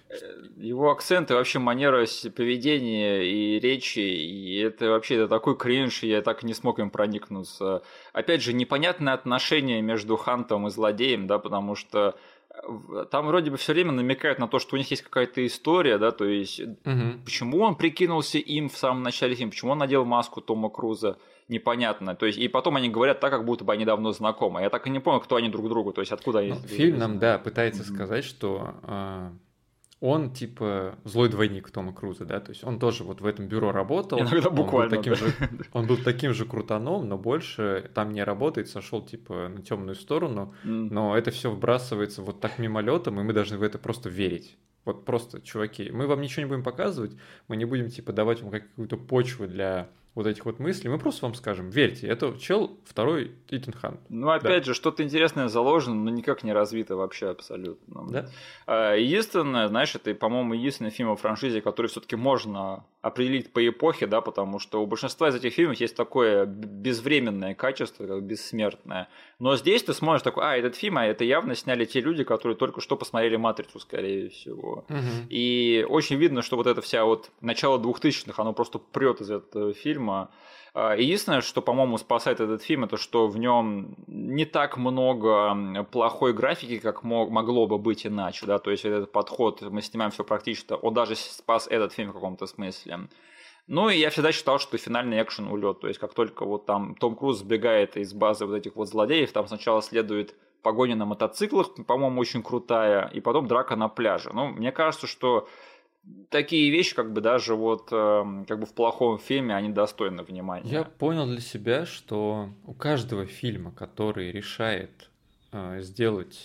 A: Его акцент и вообще манера поведения и речи, и это вообще это такой кринж, и я так и не смог им проникнуться. Опять же, непонятное отношение между Хантом и злодеем, да, потому что там вроде бы все время намекают на то, что у них есть какая-то история, да, то есть
B: угу.
A: почему он прикинулся им в самом начале фильма, почему он надел маску Тома Круза, непонятно. То есть, и потом они говорят так, как будто бы они давно знакомы. Я так и не понял, кто они друг другу, то есть откуда они.
B: Ну, фильм нам, да, пытается mm-hmm. сказать, что э, он типа злой двойник Тома Круза, да, то есть он тоже вот в этом бюро работал.
A: Иногда буквально.
B: Он был таким,
A: да.
B: же, он был таким же крутаном, но больше там не работает, сошел типа на темную сторону, mm. но это все вбрасывается вот так мимолетом, и мы должны в это просто верить. Вот просто, чуваки, мы вам ничего не будем показывать, мы не будем типа давать вам какую-то почву для вот этих вот мыслей, мы просто вам скажем, верьте, это чел второй Итан Хант.
A: Ну, опять да. же, что-то интересное заложено, но никак не развито вообще абсолютно.
B: Да?
A: Единственное, знаешь, это, по-моему, единственный фильм о франшизе, который все-таки можно определить по эпохе, да, потому что у большинства из этих фильмов есть такое безвременное качество, как бессмертное. Но здесь ты смотришь такой, а, этот фильм, а это явно сняли те люди, которые только что посмотрели «Матрицу», скорее всего.
B: Угу.
A: И очень видно, что вот это вся вот начало двухтысячных, оно просто прет из этого фильма. Единственное, что, по-моему, спасает этот фильм, это что в нем не так много плохой графики, как могло бы быть иначе, да, то есть этот подход, мы снимаем все практично, он даже спас этот фильм в каком-то смысле. Ну и я всегда считал, что финальный экшен улет, то есть как только вот там Том Круз сбегает из базы вот этих вот злодеев, там сначала следует погоня на мотоциклах, по-моему, очень крутая, и потом драка на пляже. Ну, мне кажется, что такие вещи, как бы даже вот э, как бы в плохом фильме, они достойны внимания.
B: Я понял для себя, что у каждого фильма, который решает э, сделать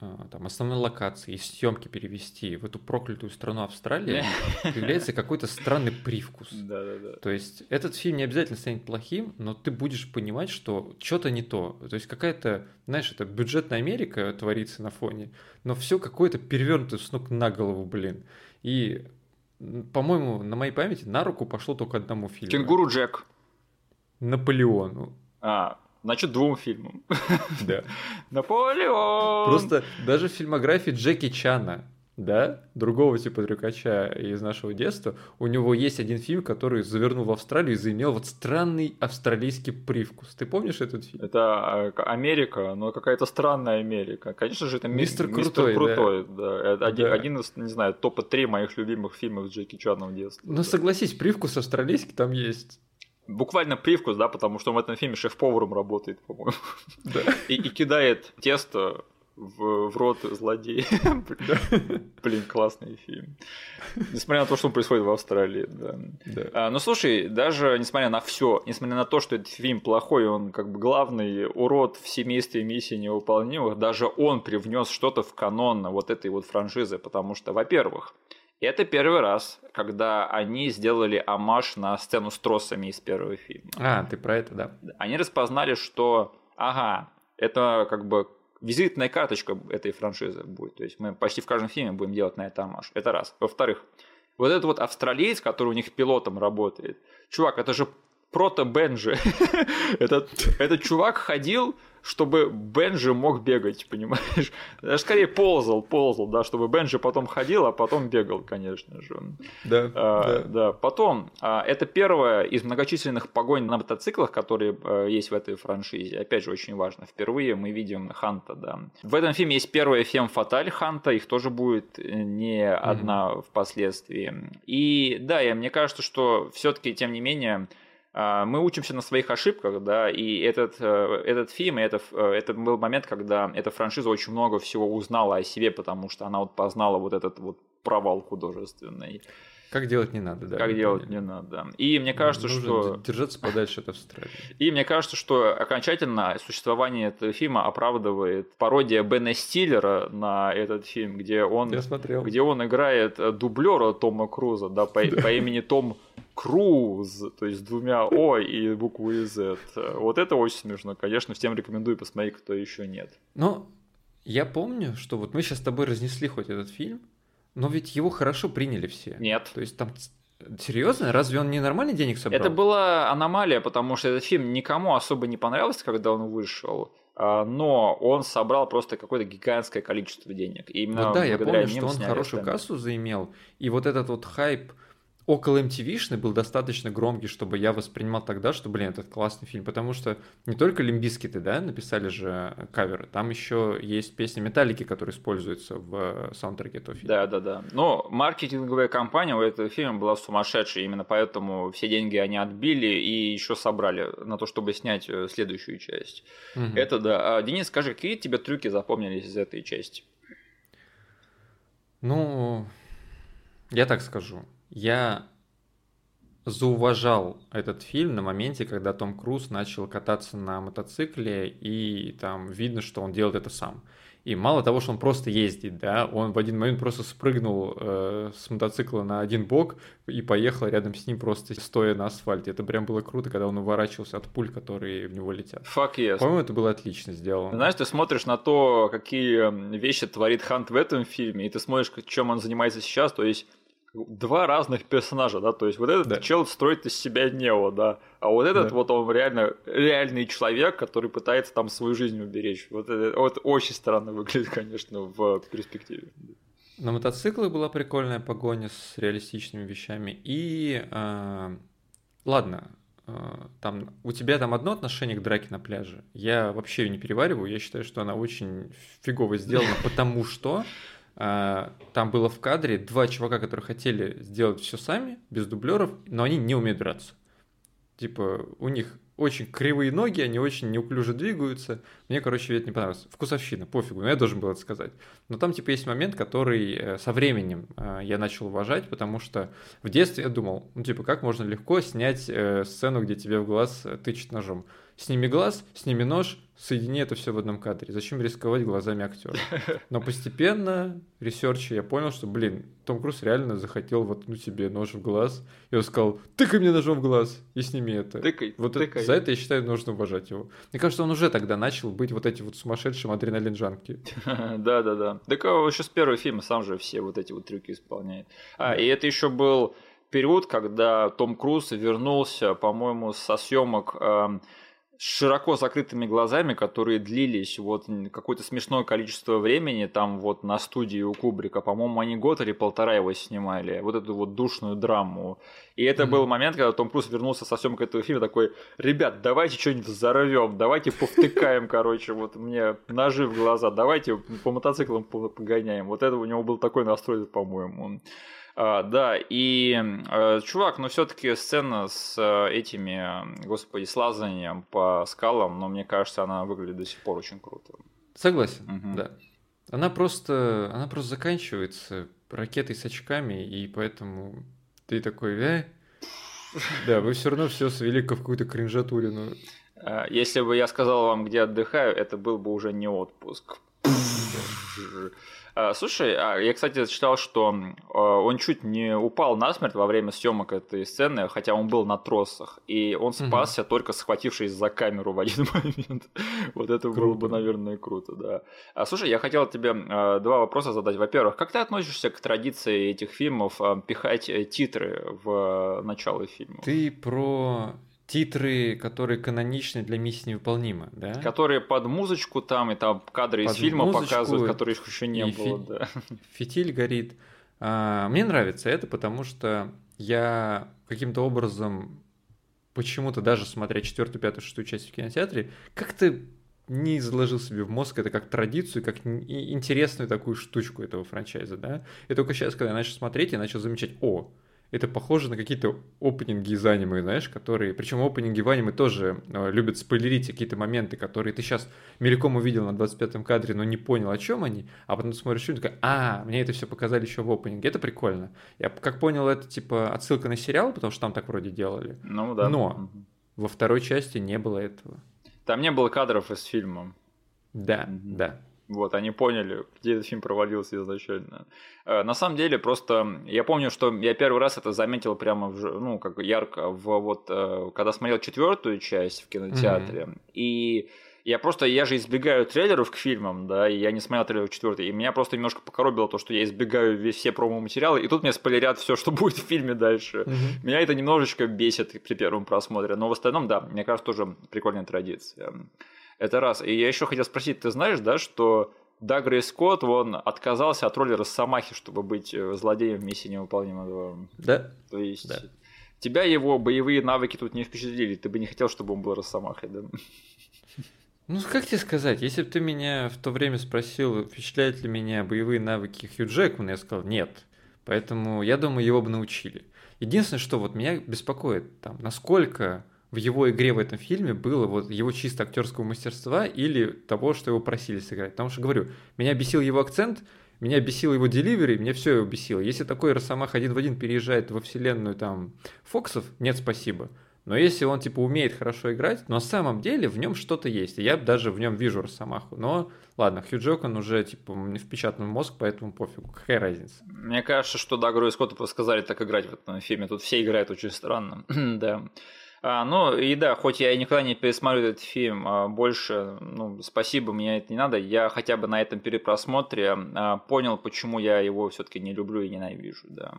B: там основной локации и съемки перевести в эту проклятую страну Австралии, появляется какой-то странный привкус.
A: Да-да-да.
B: То есть этот фильм не обязательно станет плохим, но ты будешь понимать, что что-то не то. То есть какая-то, знаешь, это бюджетная Америка творится на фоне, но все какое-то перевернутое с ног на голову, блин. И, по-моему, на моей памяти на руку пошло только одному фильму.
A: «Кенгуру Джек».
B: Наполеону.
A: А, значит, двум фильмам.
B: Да.
A: Наполеон!
B: Просто даже в фильмографии Джеки Чана, да, другого типа трюкача из нашего детства, у него есть один фильм, который завернул в Австралию и заимел вот странный австралийский привкус. Ты помнишь этот фильм?
A: Это Америка, но какая-то странная Америка. Конечно же, это
B: Мистер
A: Мистер
B: Крутой,
A: Крутой. Да. Да. Это один,
B: Да.
A: один из, не знаю, топа три моих любимых фильмов с Джеки Чаном в детстве.
B: Но
A: Да.
B: согласись, привкус австралийский там есть.
A: Буквально привкус, да, потому что он в этом фильме шеф-поваром работает, по-моему.
B: Да.
A: И, и кидает тесто в, в рот злодея. Блин, классный фильм. Несмотря на то, что он происходит в Австралии, да.
B: Да.
A: А, ну слушай, даже несмотря на все, несмотря на то, что этот фильм плохой, он как бы главный урод в семействе миссии невыполнимых, даже он привнес что-то в канон вот этой вот франшизы, потому что, во-первых, это первый раз, когда они сделали оммаж на сцену с тросами из первого фильма.
B: А, ты про это, да.
A: Они распознали, что, ага, это как бы визитная карточка этой франшизы будет. То есть мы почти в каждом фильме будем делать на это оммаж. Это раз. Во-вторых, вот этот вот австралиец, который у них пилотом работает, чувак, это же прото-Бенджи. этот, этот чувак ходил, чтобы Бенджи мог бегать, понимаешь? Даже скорее ползал, ползал, да, чтобы Бенджи потом ходил, а потом бегал, конечно же.
B: Да,
A: а,
B: да.
A: да. Потом, а, это первая из многочисленных погонь на мотоциклах, которые а, есть в этой франшизе. Опять же, очень важно. Впервые мы видим Ханта, да. В этом фильме есть первая фем-фаталь Ханта, их тоже будет не одна mm-hmm. впоследствии. И да, и мне кажется, что все-таки, тем не менее, мы учимся на своих ошибках, да, и этот, этот фильм, это, это был момент, когда эта франшиза очень много всего узнала о себе, потому что она вот познала вот этот вот провал художественный.
B: Как делать не надо, да.
A: Как делать не надо. И мне кажется,
B: Нужно
A: что...
B: держаться подальше от Австралии.
A: И мне кажется, что окончательно существование этого фильма оправдывает пародия Бена Стиллера на этот фильм, где он, где он играет дублера Тома Круза, да, по, да. по имени Том Круз, то есть с двумя О и буквой Z. Вот это очень смешно. Конечно, всем рекомендую посмотреть, кто еще нет.
B: Но я помню, что вот мы сейчас с тобой разнесли хоть этот фильм, но ведь его хорошо приняли все.
A: Нет.
B: То есть там... Серьезно? Разве он не нормальный денег собрал?
A: Это была аномалия, потому что этот фильм никому особо не понравился, когда он вышел. Но он собрал просто какое-то гигантское количество денег. И именно
B: вот да, я помню, что он хорошую
A: остальные.
B: кассу заимел. И вот этот вот хайп около эм ти ви-шный был достаточно громкий, чтобы я воспринимал тогда, что, блин, это классный фильм. Потому что не только Лимп Бизкиты, да, написали же каверы, там еще есть песни Металлики, которые используются в саундтреке этого фильма.
A: Да, да, да. Но маркетинговая кампания у этого фильма была сумасшедшая, именно поэтому все деньги они отбили и еще собрали на то, чтобы снять следующую часть. Угу. Это да. А, Денис, скажи, какие тебе трюки запомнились из этой части?
B: Ну, я так скажу. Я зауважал этот фильм на моменте, когда Том Круз начал кататься на мотоцикле, и там видно, что он делает это сам. И мало того, что он просто ездит, да, он в один момент просто спрыгнул э, с мотоцикла на один бок и поехал рядом с ним, просто стоя на асфальте. Это прям было круто, когда он уворачивался от пуль, которые в него летят.
A: Fuck yes.
B: По-моему, это было отлично сделано.
A: Знаешь, ты смотришь на то, какие вещи творит Хант в этом фильме, и ты смотришь, чем он занимается сейчас, то есть два разных персонажа, да, то есть вот этот да. чел строит из себя Нео, да, а вот этот да. вот он реально реальный человек, который пытается там свою жизнь уберечь. Вот это вот очень странно выглядит, конечно, в перспективе.
B: На мотоциклах была прикольная погоня с реалистичными вещами, и э, ладно, э, там у тебя там одно отношение к драке на пляже, я вообще ее не перевариваю, я считаю, что она очень фигово сделана, потому что там было в кадре два чувака, которые хотели сделать все сами, без дублеров, но они не умеют драться. Типа, у них очень кривые ноги, они очень неуклюже двигаются. Мне, короче, это не понравилось. Вкусовщина, пофигу, но я должен был это сказать. Но там, типа, есть момент, который со временем я начал уважать, потому что в детстве я думал, ну, типа, как можно легко снять сцену, где тебе в глаз тычет ножом. сними глаз, сними нож, соедини это все в одном кадре. Зачем рисковать глазами актера? Но постепенно, ресерче, я понял, что, блин, Том Круз реально захотел воткнуть себе нож в глаз. И он сказал, тыкай мне ножом в глаз и сними это.
A: Тыкай,
B: вот
A: тыкай.
B: Это, за это, я считаю, нужно уважать его. Мне кажется, он уже тогда начал быть вот этим вот сумасшедшим адреналин-джанки.
A: Да-да-да. Так еще с первого фильма сам же все вот эти вот трюки исполняет. А, и это еще был период, когда Том Круз вернулся, по-моему, со съемок с широко закрытыми глазами, которые длились вот какое-то смешное количество времени, там вот на студии у Кубрика, по-моему, они год или полтора его снимали, вот эту вот душную драму. И это mm-hmm. был момент, когда Том Круз вернулся со съемок этого фильма, такой, ребят, давайте что-нибудь взорвем, давайте повтыкаем, короче, вот мне ножи в глаза, давайте по мотоциклам погоняем. Вот это у него был такой настрой, по-моему. А, да, и э, чувак, ну все-таки сцена с э, этими, господи, с лазанием по скалам, но мне кажется, она выглядит до сих пор очень круто.
B: Согласен,
A: угу.
B: да. Она просто, она просто заканчивается ракетой с очками, и поэтому ты такой, э? Да, вы все равно все свели к какую-то кринжатурину.
A: Если бы я сказал вам, где отдыхаю, это был бы уже не отпуск. Слушай, я, кстати, читал, что он чуть не упал насмерть во время съемок этой сцены, хотя он был на тросах, и он спасся угу. только схватившись за камеру в один момент. Вот это круто. Было бы, наверное, круто, да. Слушай, я хотел тебе два вопроса задать. Во-первых, как ты относишься к традиции этих фильмов пихать титры в начало фильма?
B: Ты про... Титры, которые каноничны для «Миссии невыполнима», да?
A: Которые под музычку там, и там кадры под из фильма показывают, которых еще не было.
B: Фи...
A: Да.
B: Фитиль горит. А, мне нравится это, потому что я каким-то образом, почему-то даже смотря четвертую, пятую, шестую часть в кинотеатре, как-то не заложил себе в мозг это как традицию, как интересную такую штучку этого франчайза, да? И только сейчас, когда я начал смотреть, я начал замечать, о, это похоже на какие-то опенинги из аниме, знаешь, которые... Причем опенинги в аниме тоже э, любят спойлерить какие-то моменты, которые ты сейчас мельком увидел на двадцать пятом кадре, но не понял, о чем они, а потом смотришь фильм, такой, а, мне это все показали еще в опенинге. Это прикольно. Я как понял, это типа отсылка на сериал, потому что там так вроде делали.
A: Ну да.
B: Но
A: угу.
B: во второй части не было этого.
A: Там не было кадров из фильма.
B: Да, угу. да.
A: Вот, они поняли, где этот фильм провалился изначально. На самом деле, просто я помню, что я первый раз это заметил прямо, в, ну, как ярко, в, вот, когда смотрел четвертую часть в кинотеатре. Mm-hmm. И я просто, я же избегаю трейлеров к фильмам, да, и я не смотрел трейлер четвертый, и меня просто немножко покоробило то, что я избегаю все промо-материалы, и тут мне спойлерят все, что будет в фильме дальше. Mm-hmm. Меня это немножечко бесит при первом просмотре, но в остальном, да, мне кажется, тоже прикольная традиция. Это раз. И я еще хотел спросить, ты знаешь, да, что Дагрей Скотт, он отказался от роли Росомахи, чтобы быть злодеем в «Миссии невыполнима два».
B: Да.
A: То есть
B: да.
A: тебя его боевые навыки тут не впечатлили, ты бы не хотел, чтобы он был Росомахой, да?
B: Ну, как тебе сказать, если бы ты меня в то время спросил, впечатляют ли меня боевые навыки Хью Джекмана, я сказал, нет. Поэтому, я думаю, его бы научили. Единственное, что вот меня беспокоит, там, насколько... в его игре в этом фильме было вот его чисто актерского мастерства или того, что его просили сыграть. Потому что, говорю, меня бесил его акцент, меня бесил его деливери, меня все его бесило. Если такой Росомаха один в один переезжает во вселенную там Фоксов, нет, спасибо. Но если он типа умеет хорошо играть, но на самом деле в нем что-то есть. И я даже в нем вижу Росомаху. Но ладно, Хью Джекман уже типа не впечатан в мозг, поэтому пофигу. Какая разница?
A: Мне кажется, что Дагру и Скотту просто сказали так играть в этом фильме. Тут все играют очень странно. Да. А, ну и да, хоть я никогда не пересмотрю этот фильм, а, больше, ну, спасибо, мне это не надо, я хотя бы на этом перепросмотре а, понял, почему я его все-таки не люблю и ненавижу, да.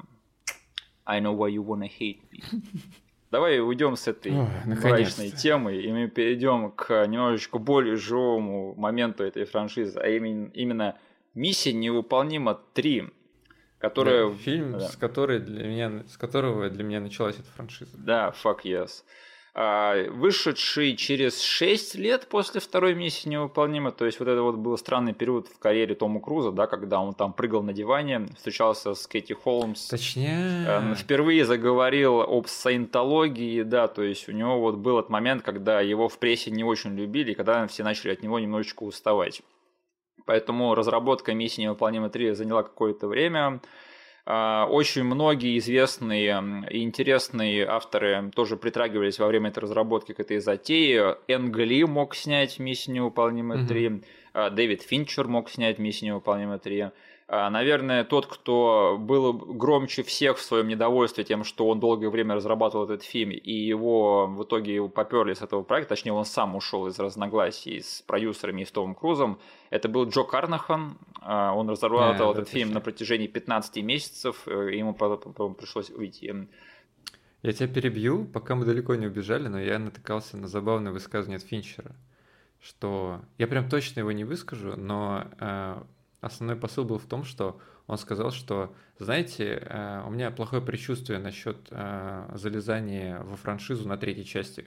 A: I know why you wanna hate me. Давай уйдем с этой Ой, мрачной темы, и мы перейдем к немножечко более живому моменту этой франшизы, а именно, именно «Миссия невыполнима три». Которая...
B: Да, фильм, да. с, которой для меня, с которого для меня началась эта франшиза.
A: Да, fuck yes. А, вышедший через шесть лет после второй «Миссии невыполнима», то есть вот это вот был странный период в карьере Тома Круза, да, когда он там прыгал на диване, встречался с Кэти Холмс.
B: Точнее.
A: Впервые заговорил об саентологии, да, то есть у него вот был этот момент, когда его в прессе не очень любили, и когда все начали от него немножечко уставать. Поэтому разработка «Миссии невыполнима три» заняла какое-то время. Очень многие известные и интересные авторы тоже притрагивались во время этой разработки к этой затее. Энг Ли мог снять «Миссия невыполнима три», mm-hmm. Дэвид Финчер мог снять «Миссия невыполнима три». Наверное, тот, кто был громче всех в своем недовольстве тем, что он долгое время разрабатывал этот фильм, и его в итоге его поперли с этого проекта, точнее, он сам ушел из разногласий с продюсерами и с Томом Крузом, это был Джо Карнахан. Он разрабатывал а, этот фильм точно. на протяжении пятнадцати месяцев, и ему потом пришлось уйти.
B: Я тебя перебью, пока мы далеко не убежали, но я натыкался на забавное высказывание от Финчера, что я прям точно его не выскажу, но э, основной посыл был в том, что он сказал, что, знаете, э, у меня плохое предчувствие насчет э, залезания во франшизу на третьей части.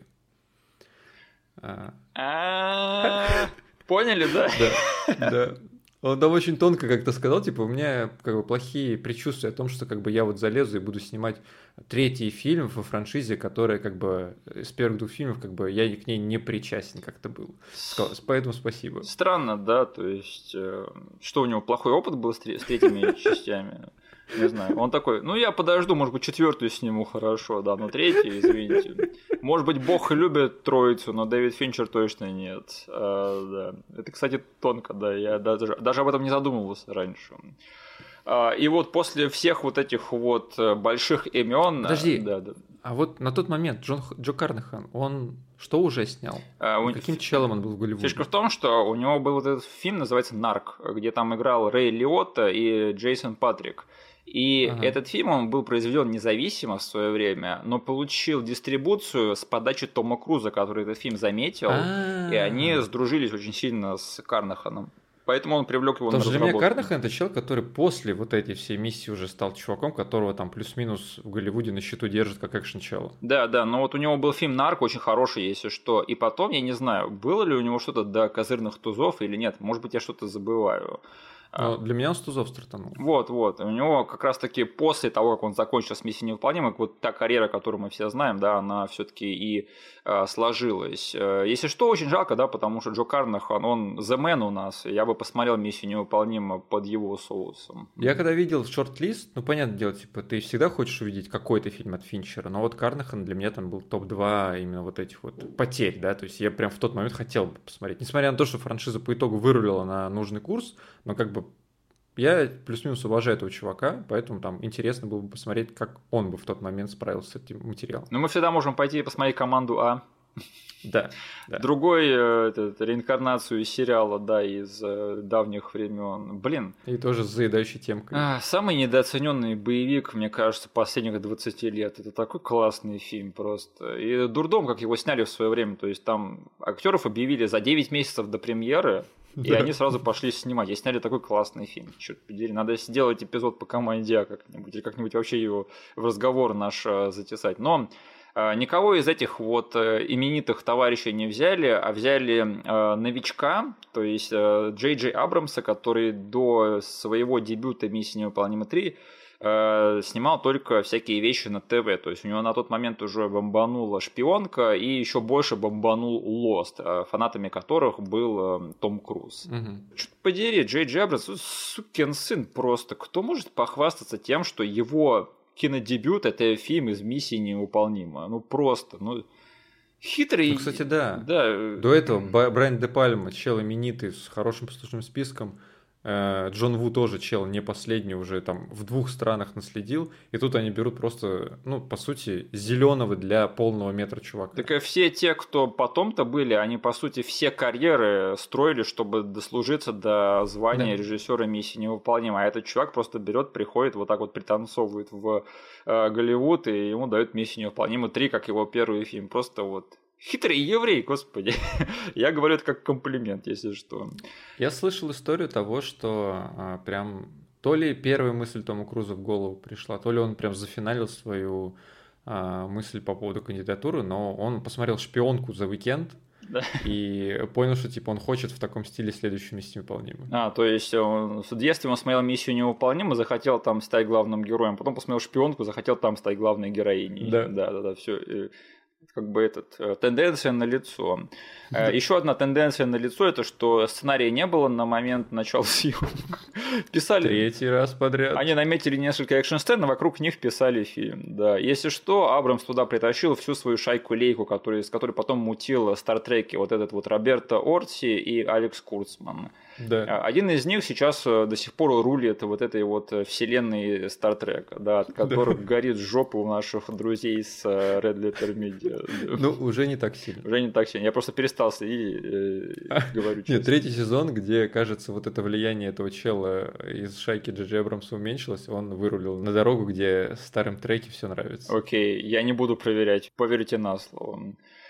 A: Поняли, да?
B: Да, да. Он там очень тонко как-то сказал, типа, у меня как бы плохие предчувствия о том, что как бы я вот залезу и буду снимать третий фильм во франшизе, которая как бы из первых двух фильмов как бы я к ней не причастен как-то был. Поэтому спасибо.
A: Странно, да, то есть, что у него плохой опыт был с третьими частями? Не знаю. Он такой, ну я подожду, может быть, четвертую сниму хорошо, да, но третью, извините. Может быть, Бог любит троицу, но Дэвид Финчер точно нет. А, да. Это, кстати, тонко, да, я даже, даже об этом не задумывался раньше. А, и вот после всех вот этих вот больших имен.
B: Подожди,
A: да, да.
B: А вот на тот момент Джон, Джо Карнахан, он что уже снял? А, у... Каким челом он был в Голливуде?
A: Фишка в том, что у него был вот этот фильм, называется «Нарк», где там играл Рэй Лиотта и Джейсон Патрик. И ага. этот фильм, он был произведен независимо в свое время, но получил дистрибуцию с подачи Тома Круза, который этот фильм заметил, А-а-а. и они сдружились очень сильно с Карнаханом. Поэтому он привлек его
B: Потому
A: на
B: что
A: разработку.
B: Для меня Карнахан – это человек, который после вот этой всей миссии уже стал чуваком, которого там плюс-минус в Голливуде на счету держит как экшн-чело.
A: Да, да, но вот у него был фильм «Нарк» очень хороший, если что. И потом, я не знаю, было ли у него что-то до «Козырных тузов» или нет. Может быть, я что-то забываю.
B: Но для меня он с тузов стартанул.
A: Вот, вот. У него как раз-таки после того, как он закончил с «Миссией невыполнима», вот та карьера, которую мы все знаем, да, она все-таки и э, сложилась. Если что, очень жалко, да, потому что Джо Карнахан, он the man у нас. Я бы посмотрел «Миссию невыполнима» под его соусом.
B: Я когда видел шорт-лист, ну, понятное дело, типа, ты всегда хочешь увидеть какой-то фильм от Финчера, но вот Карнахан для меня там был топ-два именно вот этих вот потерь, да, то есть я прям в тот момент хотел бы посмотреть. Несмотря на то, что франшиза по итогу вырулила на нужный курс, но как бы я плюс-минус уважаю этого чувака, поэтому там интересно было бы посмотреть, как он бы в тот момент справился с этим материалом.
A: Ну, мы всегда можем пойти и посмотреть «Команду А».
B: Да, да.
A: Другой этот, реинкарнацию сериала, да, из э, давних времен. Блин.
B: И тоже с заедающей темкой.
A: А, самый недооцененный боевик, мне кажется, последних двадцати лет. Это такой классный фильм просто. И дурдом, как его сняли в свое время. То есть там актеров объявили за девять месяцев до премьеры. И да. они сразу пошли снимать. И сняли такой классный фильм. Черт подери, надо сделать эпизод по команде А как-нибудь. Или как-нибудь вообще его в разговор наш затесать. Но э, никого из этих вот э, именитых товарищей не взяли, а взяли э, новичка, то есть э, Джей Джей Абрамса, который до своего дебюта «Миссия невыполнима три» снимал только всякие вещи на ТВ. То есть у него на тот момент уже бомбанула «Шпионка» и еще больше бомбанул «Лост», фанатами которых был Том Круз.
B: Угу.
A: Чуть подери, Джей Джей Абрамс, сукин сын просто. Кто может похвастаться тем, что его кинодебют – это фильм из «Миссии невыполнима»? Ну просто, ну... Хитрый.
B: Ну, кстати, да.
A: да.
B: До этого Брайан Де Пальма, чел именитый, с хорошим послужным списком. Джон Ву тоже чел не последний, уже там в двух странах наследил, и тут они берут просто, ну, по сути, зеленого для полного метра чувака.
A: Так и все те, кто потом-то были, они, по сути, все карьеры строили, чтобы дослужиться до звания да. режиссера «Миссии невыполнима». А этот чувак просто берет, приходит, вот так вот пританцовывает в э, Голливуд, и ему дают «Миссию невыполнима три», как его первый фильм. Просто вот... Хитрый еврей, господи. Я говорю это как комплимент, если что.
B: Я слышал историю того, что а, прям то ли первая мысль Тома Круза в голову пришла, то ли он прям зафиналил свою а, мысль по поводу кандидатуры, но он посмотрел «Шпионку» за уикенд
A: да.
B: и понял, что типа он хочет в таком стиле следующую «Миссию невыполнима».
A: А, то есть он, в детстве он смотрел «Миссию невыполнима», захотел там стать главным героем, потом посмотрел «Шпионку», захотел там стать главной героиней.
B: Да,
A: да, да, да все. как бы этот, тенденция налицо. Еще одна тенденция налицо, это что сценария не было на момент начала съемок. Писали...
B: Третий раз подряд.
A: Они наметили несколько экшн-сцен, а вокруг них писали фильм. Да. Если что, Абрамс туда притащил всю свою шайку-лейку, который, с которой потом мутил Стартреки вот этот вот Роберто Орти и Алекс Курцман.
B: Да.
A: Один из них сейчас до сих пор рулит вот этой вот вселенной Стартрека, да, от которых да. горит жопа у наших друзей с Red Letter Media.
B: Ну, уже не так сильно.
A: Уже не так сильно. Я просто перестал следить, э, говорю честно.
B: Нет, третий сезон, где, кажется, вот это влияние этого чела из шайки Джей Джей Абрамса уменьшилось, он вырулил на дорогу, где старым треке все нравится.
A: Окей, я не буду проверять, поверьте на слово.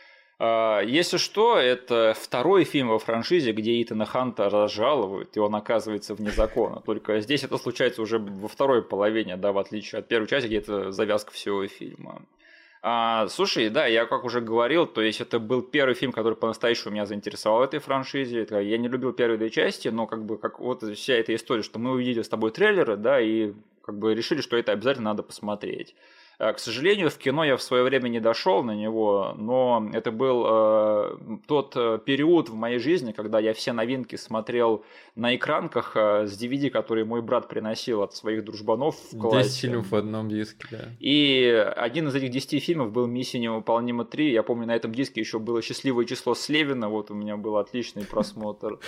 A: Если что, это второй фильм во франшизе, где Итана Ханта разжаловывают, и он оказывается вне закона. Только здесь это случается уже во второй половине, да, в отличие от первой части, где это завязка всего фильма. А, слушай, да, я как уже говорил, то есть это был первый фильм, который по-настоящему меня заинтересовал в этой франшизе. Я не любил первые две части, но как бы как вот вся эта история, что мы увидели с тобой трейлеры, да, и как бы решили, что это обязательно надо посмотреть. К сожалению, в кино я в свое время не дошел на него, но это был э, тот период в моей жизни, когда я все новинки смотрел на экранках э, с ди ви ди, которые мой брат приносил от своих дружбанов в классе.
B: десять фильмов в одном диске, да.
A: И один из этих десяти фильмов был «Миссия невыполнима три». Я помню, на этом диске еще было «Счастливое число Слевина», вот у меня был отличный просмотр.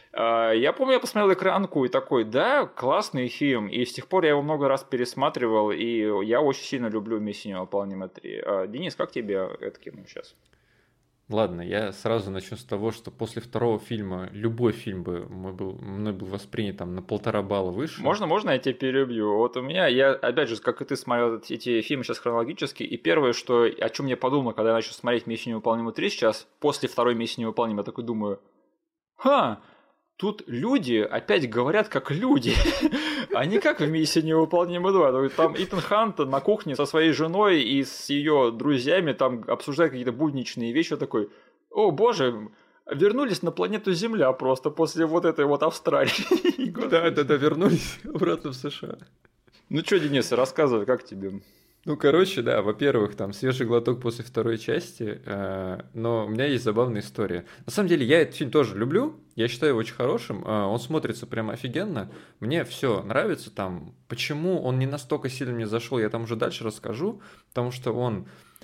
A: Я помню, я посмотрел экранку и такой, да, классный фильм. И с тех пор я его много раз пересматривал, и я очень сильно люблю «Миссию невыполнима три». Денис, как тебе это кино сейчас?
B: Ладно, я сразу начну с того, что после второго фильма любой фильм бы мой был, мной был воспринят там на полтора балла выше.
A: Можно, можно я тебя перебью? Вот у меня, я, опять же, как и ты смотрел эти фильмы сейчас хронологически, и первое, что, о чем я подумал, когда я начал смотреть «Миссию невыполнима три» сейчас, после второй «Миссии невыполнима», я такой думаю, ха, тут люди опять говорят как люди, а не как в «Миссии невыполнима два». Там Итан Хант на кухне со своей женой и с ее друзьями там обсуждают какие-то будничные вещи. Я такой, о боже, вернулись на планету Земля просто после вот этой вот Австралии.
B: Да, да, да, вернулись обратно в США.
A: Ну что, Денис, рассказывай, как тебе?
B: Ну, короче, да, во-первых, там свежий глоток после второй части, э, но у меня есть забавная история. На самом деле, я этот фильм тоже люблю, я считаю его очень хорошим, э, он смотрится прям офигенно, мне все нравится там. Почему он не настолько сильно мне зашел, я там уже дальше расскажу, потому что он,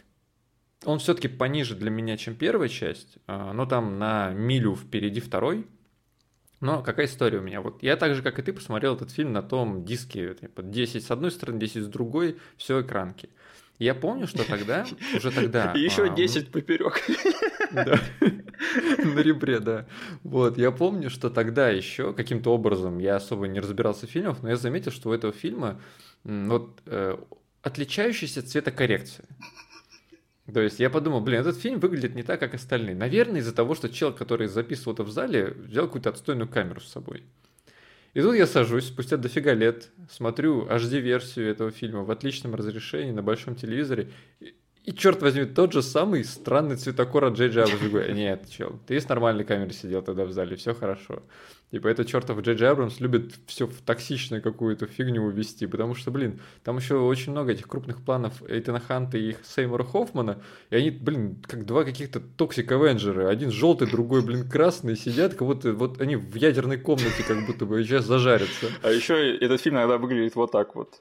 B: он все-таки пониже для меня, чем первая часть, э, но там на милю впереди второй. Но какая история у меня? Вот я так же, как и ты, посмотрел этот фильм на том диске, типа, десять с одной стороны, десять с другой, все экранки. Я помню, что тогда, уже тогда...
A: И еще десять поперек.
B: Да, на ребре, да. Вот, я помню, что тогда еще каким-то образом, я особо не разбирался в фильмах, но я заметил, что у этого фильма вот отличающаяся цветокоррекция. То есть я подумал, блин, этот фильм выглядит не так, как остальные. Наверное, из-за того, что чел, который записывал это в зале, взял какую-то отстойную камеру с собой. И тут я сажусь, спустя дофига лет, смотрю эйч ди-версию этого фильма в отличном разрешении на большом телевизоре, и, и черт возьми, тот же самый странный цветокор от Джей Джей Абрамса. Нет, чел, ты с нормальной камерой сидел тогда в зале, все хорошо. Типа этот чертов Джей Джей Абрамс любит все в токсичную какую-то фигню увести, потому что, блин, там еще очень много этих крупных планов Эйтана Ханта и Сеймура Хоффмана, и они, блин, как два каких-то токсик-авенджера, один желтый, другой, блин, красный, сидят, как будто вот они в ядерной комнате как будто бы сейчас зажарятся.
A: А еще этот фильм иногда выглядит вот так вот.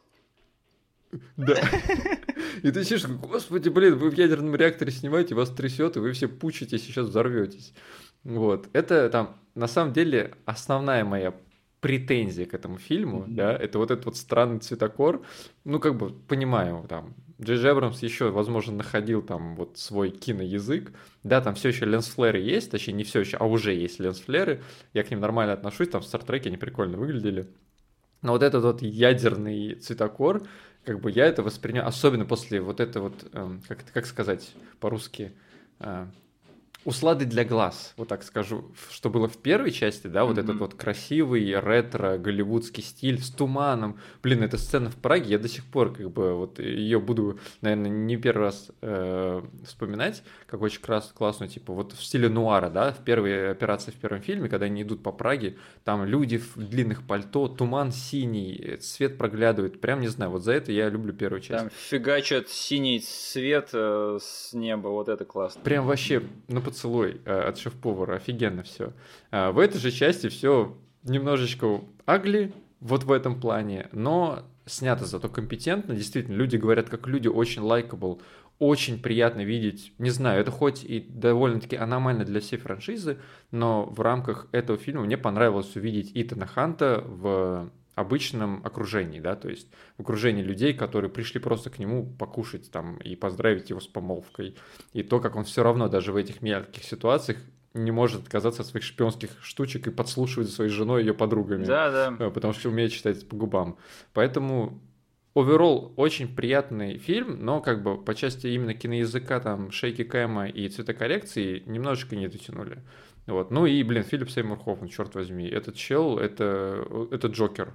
B: Да. И ты сидишь, господи, блин, вы в ядерном реакторе снимаете, вас трясет, и вы все пучитесь, и сейчас взорветесь. Вот. Это там, на самом деле, основная моя претензия к этому фильму, mm-hmm. да, это вот этот вот странный цветокор. Ну, как бы, понимаю, там, Джей Джей Абрамс еще, возможно, находил там вот свой киноязык. Да, там все еще ленсфлэры есть, точнее, не все еще, а уже есть ленсфлэры. Я к ним нормально отношусь, там в Стартреке они прикольно выглядели. Но вот этот вот ядерный цветокор, как бы я это воспринял, особенно после вот это вот, эм, как, как сказать по-русски, э, услады для глаз, вот так скажу, что было в первой части, да, вот mm-hmm. этот вот красивый ретро-голливудский стиль с туманом. Блин, эта сцена в Праге, я до сих пор как бы вот ее буду, наверное, не первый раз э, вспоминать, как очень крас- классно, типа вот в стиле нуара, да, в первой операции в первом фильме, когда они идут по Праге, там люди в длинных пальто, туман синий, свет проглядывает, прям не знаю, вот за это я люблю первую часть.
A: Там фигачит синий свет э, с неба, вот это классно.
B: Прям вообще, ну, поцелуй э, от шеф-повара, офигенно все. А в этой же части все немножечко агли, вот в этом плане, но снято зато компетентно. Действительно, люди говорят, как люди, очень лайкабл, очень приятно видеть. Не знаю, это хоть и довольно-таки аномально для всей франшизы, но в рамках этого фильма мне понравилось увидеть Итана Ханта в обычном окружении, да, то есть в окружении людей, которые пришли просто к нему покушать там и поздравить его с помолвкой. И то, как он все равно даже в этих мелких ситуациях не может отказаться от своих шпионских штучек и подслушивать за своей женой и ее подругами.
A: Да, да.
B: Потому что умеет читать по губам. Поэтому оверолл очень приятный фильм, но как бы по части именно киноязыка, там, шейки кэма и цветокоррекции немножечко не дотянули. Вот. Ну и, блин, Филипп Сеймур Хоффман, черт возьми, этот чел, это, это Джокер.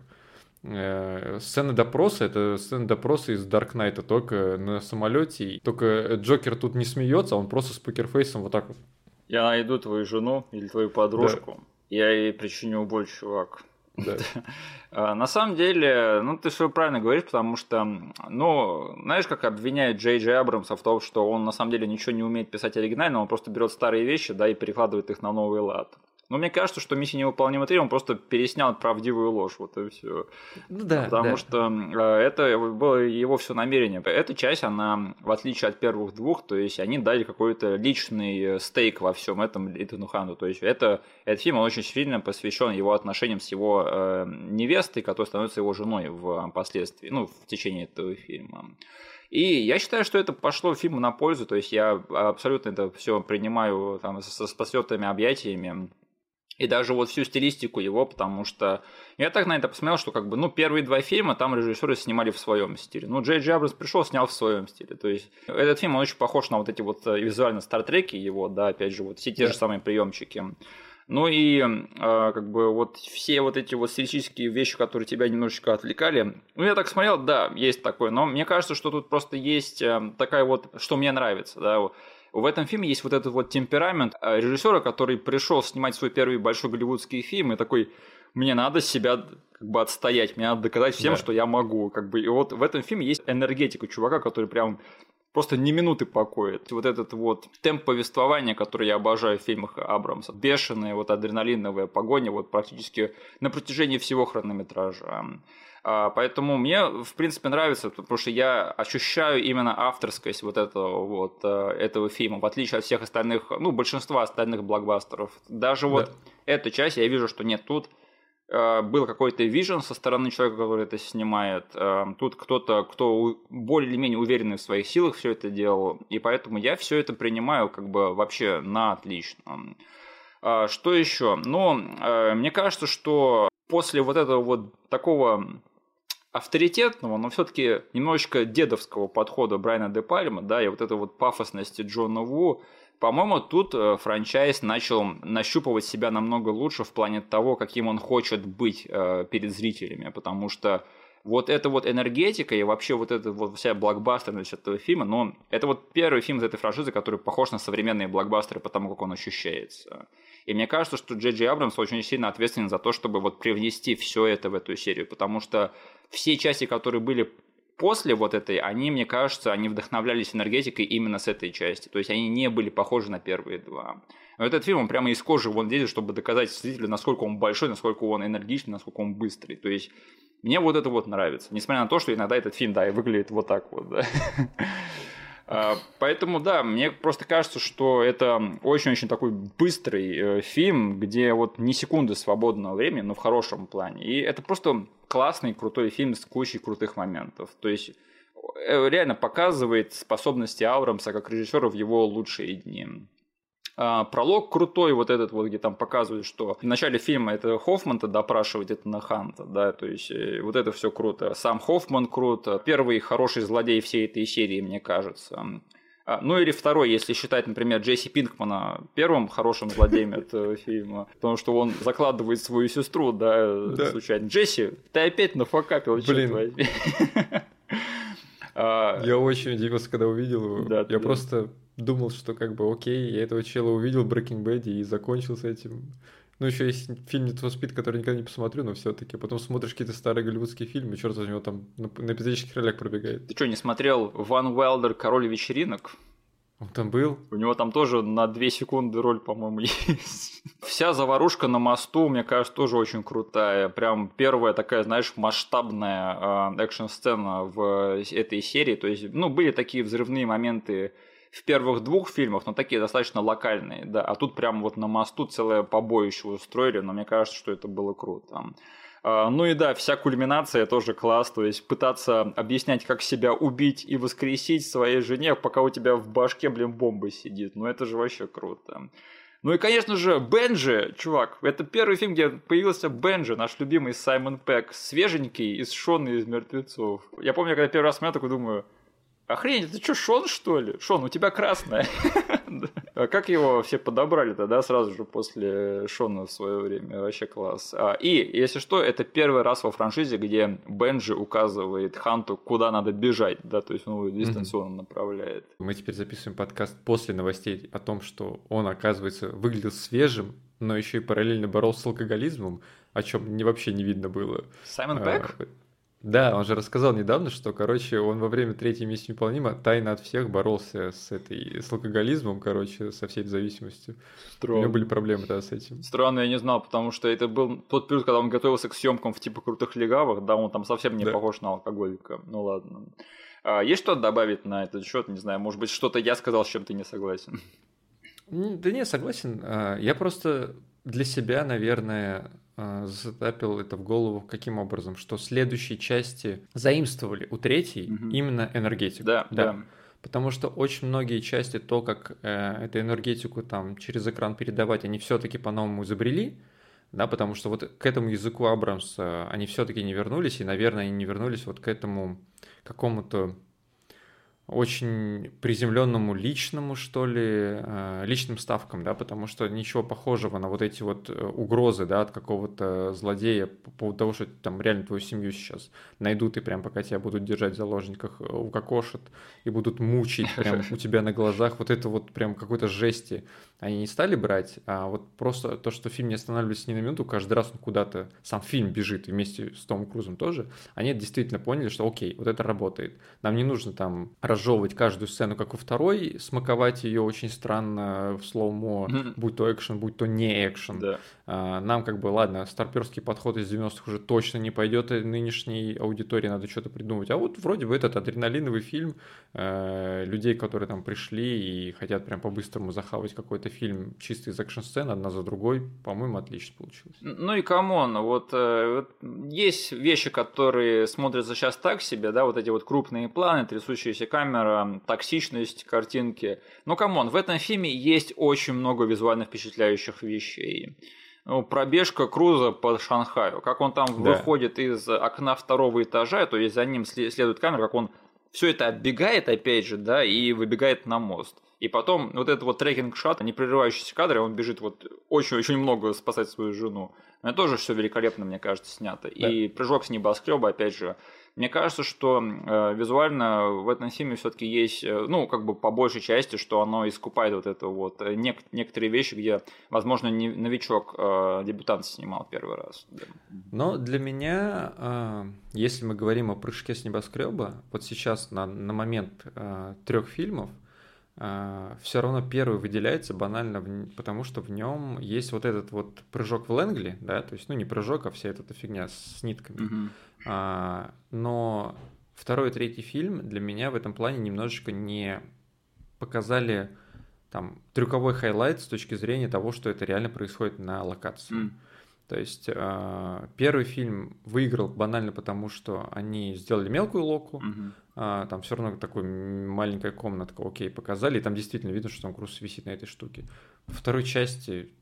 B: Э, сцена допроса, это сцена допроса из Dark Knight, только на самолете. Только Джокер тут не смеется, он просто с покерфейсом вот так вот.
A: Я найду твою жену или твою подружку, да. Я ей причиню боль, чувак.
B: Да.
A: На самом деле, ну, ты все правильно говоришь, потому что, ну, знаешь, как обвиняют Джей Джей Абрамса в том, что он на самом деле ничего не умеет писать оригинально, он просто берет старые вещи, да, и перекладывает их на новый лад. Но мне кажется, что «Миссия невыполнима три» он просто переснял правдивую ложь, вот и все.
B: Ну да,
A: Потому
B: да.
A: что это было его все намерение. Эта часть, она, в отличие от первых двух, то есть они дали какой-то личный стейк во всем этом Итану Ханту. То есть это, этот фильм, он очень сильно посвящен его отношениям с его э, невестой, которая становится его женой впоследствии, ну, в течение этого фильма. И я считаю, что это пошло фильму на пользу, то есть я абсолютно это все принимаю там, со спасётыми объятиями. И даже вот всю стилистику его, потому что я так на это посмотрел, что как бы, ну, первые два фильма там режиссеры снимали в своем стиле. Ну, Джей Джей Абрамс пришел, снял в своем стиле. То есть этот фильм, он очень похож на вот эти вот визуально стартреки его, да, опять же, вот все те yeah. же самые приемчики. Ну и э, как бы вот все вот эти вот стилистические вещи, которые тебя немножечко отвлекали, ну, я так смотрел, да, есть такое, но мне кажется, что тут просто есть э, такая вот, что мне нравится, да. В этом фильме есть вот этот вот темперамент режиссера, который пришел снимать свой первый большой голливудский фильм и такой: мне надо себя как бы отстоять, мне надо доказать всем, да. что я могу. Как бы. И вот в этом фильме есть энергетика чувака, который прям просто ни минуты покоит. Вот этот вот темп повествования, который я обожаю в фильмах Абрамса, бешеная вот адреналиновая погоня вот практически на протяжении всего хронометража. Поэтому мне, в принципе, нравится, потому что я ощущаю именно авторскость вот этого, вот, этого фильма, в отличие от всех остальных, ну, большинства остальных блокбастеров. Даже да. вот эта часть, я вижу, что нет, тут был какой-то вижен со стороны человека, который это снимает. Тут кто-то, кто более или менее уверенный в своих силах все это делал, и поэтому я все это принимаю как бы вообще на отлично. Что еще? Ну, мне кажется, что после вот этого вот такого авторитетного, но все-таки немножечко дедовского подхода Брайана Де Пальма, да, и вот этой вот пафосности Джона Ву, по-моему, тут франчайз начал нащупывать себя намного лучше в плане того, каким он хочет быть э, перед зрителями, потому что вот эта вот энергетика и вообще вот эта вот вся блокбастерность этого фильма, ну, это вот первый фильм из этой франшизы, который похож на современные блокбастеры по тому, как он ощущается. И мне кажется, что Джей Джей Абрамс очень сильно ответственен за то, чтобы вот привнести все это в эту серию, потому что все части, которые были после вот этой, они, мне кажется, они вдохновлялись энергетикой именно с этой части, то есть они не были похожи на первые два. Но этот фильм, он прямо из кожи вон лезет, чтобы доказать зрителю, насколько он большой, насколько он энергичный, насколько он быстрый, то есть мне вот это вот нравится, несмотря на то, что иногда этот фильм, да, и выглядит вот так вот, да. Поэтому, да, мне просто кажется, что это очень-очень такой быстрый фильм, где вот ни секунды свободного времени, но в хорошем плане. И это просто классный, крутой фильм с кучей крутых моментов. То есть реально показывает способности Абрамса как режиссера в его лучшие дни. Пролог крутой, вот этот вот, где там показывают, что в начале фильма это Хоффмана допрашивает Итана Ханта, да, то есть вот это все круто. Сам Хоффман крут, первый хороший злодей всей этой серии, мне кажется. Ну или второй, если считать, например, Джесси Пинкмана первым хорошим злодеем этого фильма, потому что он закладывает свою сестру, да,
B: Да.
A: случайно. Джесси, ты опять нафакапил, черт возьми.
B: Я очень удивился, когда увидел его.
A: Да,
B: Я
A: да.
B: просто думал, что как бы окей, я этого чела увидел в Breaking Bad и закончил с этим. Ну, еще есть фильм Need for Speed, который никогда не посмотрю, но все-таки. Потом смотришь какие-то старые голливудские фильмы, черт возьми, он там на, на эпизодических ролях пробегает.
A: Ты что, не смотрел Ван Уайлдер «Король вечеринок»?
B: Он там был?
A: У него там тоже на две секунды роль, по-моему, есть. Вся заварушка на мосту, мне кажется, тоже очень крутая. Прям первая такая, знаешь, масштабная э, экшн-сцена в этой серии. То есть, ну, были такие взрывные моменты в первых двух фильмах, но такие достаточно локальные, да. А тут прям вот на мосту целое побоище устроили, но мне кажется, что это было круто. Ну и да, вся кульминация тоже класс, то есть пытаться объяснять, как себя убить и воскресить своей жене, пока у тебя в башке, блин, бомба сидит. Ну это же вообще круто. Ну и, конечно же, Бенджи, чувак, это первый фильм, где появился Бенджи, наш любимый Саймон Пегг, свеженький из Шона из мертвецов. Я помню, когда первый раз смотрел, такой думаю, охренеть, это что, Шон, что ли? Шон, у тебя красная. А как его все подобрали-то, да, сразу же после Шона в свое время? Вообще класс. И, если что, это первый раз во франшизе, где Бенджи указывает Ханту, куда надо бежать, да, то есть он его дистанционно направляет.
B: Мы теперь записываем подкаст после новостей о том, что он, оказывается, выглядел свежим, но еще и параллельно боролся с алкоголизмом, о чем не, вообще не видно было.
A: Саймон Пегг?
B: Да, он же рассказал недавно, что, короче, он во время третьей миссии невыполнима тайно от всех боролся с этой, с алкоголизмом, короче, со всей зависимостью.
A: Странно.
B: У него были проблемы, да, с этим.
A: Странно, я не знал, потому что это был тот период, когда он готовился к съемкам в типа крутых легавых, да, он там совсем не да. похож на алкоголика. Ну ладно. А, есть что-то добавить на этот счет? Не знаю, может быть, что-то я сказал, с чем ты не согласен?
B: Да не, согласен. Я просто для себя, наверное, затапил это в голову каким образом, что следующие части заимствовали у третьей угу. именно энергетику.
A: Да, да, да.
B: Потому что очень многие части, то, как э, эту энергетику там через экран передавать, они все-таки по-новому изобрели, да, потому что вот к этому языку Абрамса они все-таки не вернулись, и, наверное, они не вернулись вот к этому какому-то очень приземленному личному, что ли, личным ставкам, да, потому что ничего похожего на вот эти вот угрозы, да, от какого-то злодея по поводу того, что там реально твою семью сейчас найдут и прям пока тебя будут держать в заложниках, укокошат и будут мучить прям у тебя на глазах, вот это вот прям какой-то жести они не стали брать, а вот просто то, что фильм не останавливается ни на минуту, каждый раз он куда-то, сам фильм бежит вместе с Томом Крузом тоже, они действительно поняли, что окей, вот это работает. Нам не нужно там разжевывать каждую сцену, как у второй, смаковать ее очень странно в слоумо, mm-hmm. будь то экшен, будь то не экшен.
A: Да.
B: А, нам как бы, ладно, старперский подход из девяностых уже точно не пойдет, и нынешней аудитории надо что-то придумать. А вот вроде бы этот адреналиновый фильм э, людей, которые там пришли и хотят прям по-быстрому захавать какой-то фильм чисто из экшн-сцен, одна за другой, по-моему, отлично получилось.
A: Ну и камон, вот, э, вот есть вещи, которые смотрятся сейчас так себе, да, вот эти вот крупные планы, трясущаяся камера, токсичность картинки. Но камон, в этом фильме есть очень много визуально впечатляющих вещей. Ну, пробежка Круза по Шанхаю, как он там да. выходит из окна второго этажа, то есть за ним следует камера, как он все это оббегает, опять же, да, и выбегает на мост. И потом вот этот вот трекинг-шот, не прерывающийся кадр, он бежит вот очень-очень много спасать свою жену. Это тоже все великолепно, мне кажется, снято. Да. И прыжок с небоскреба, опять же, мне кажется, что э, визуально в этом фильме все-таки есть, э, ну, как бы по большей части, что оно искупает вот это вот э, нек- некоторые вещи, где, возможно, не, новичок, э, дебютант снимал первый раз. Да.
B: Но для меня, э, если мы говорим о прыжке с небоскреба, вот сейчас на, на момент э, трех фильмов, все равно первый выделяется банально, потому что в нем есть вот этот вот прыжок в Лэнгли, да, то есть, ну, не прыжок, а вся эта фигня с нитками. Mm-hmm. А, но второй и третий фильм для меня в этом плане немножечко не показали там трюковой хайлайт с точки зрения того, что это реально происходит на локации. Mm. То есть э, первый фильм выиграл банально потому, что они сделали мелкую локу, mm-hmm. э, там все равно такой маленькая комнатка, окей, показали, и там действительно видно, что там Круз висит на этой штуке. Во второй части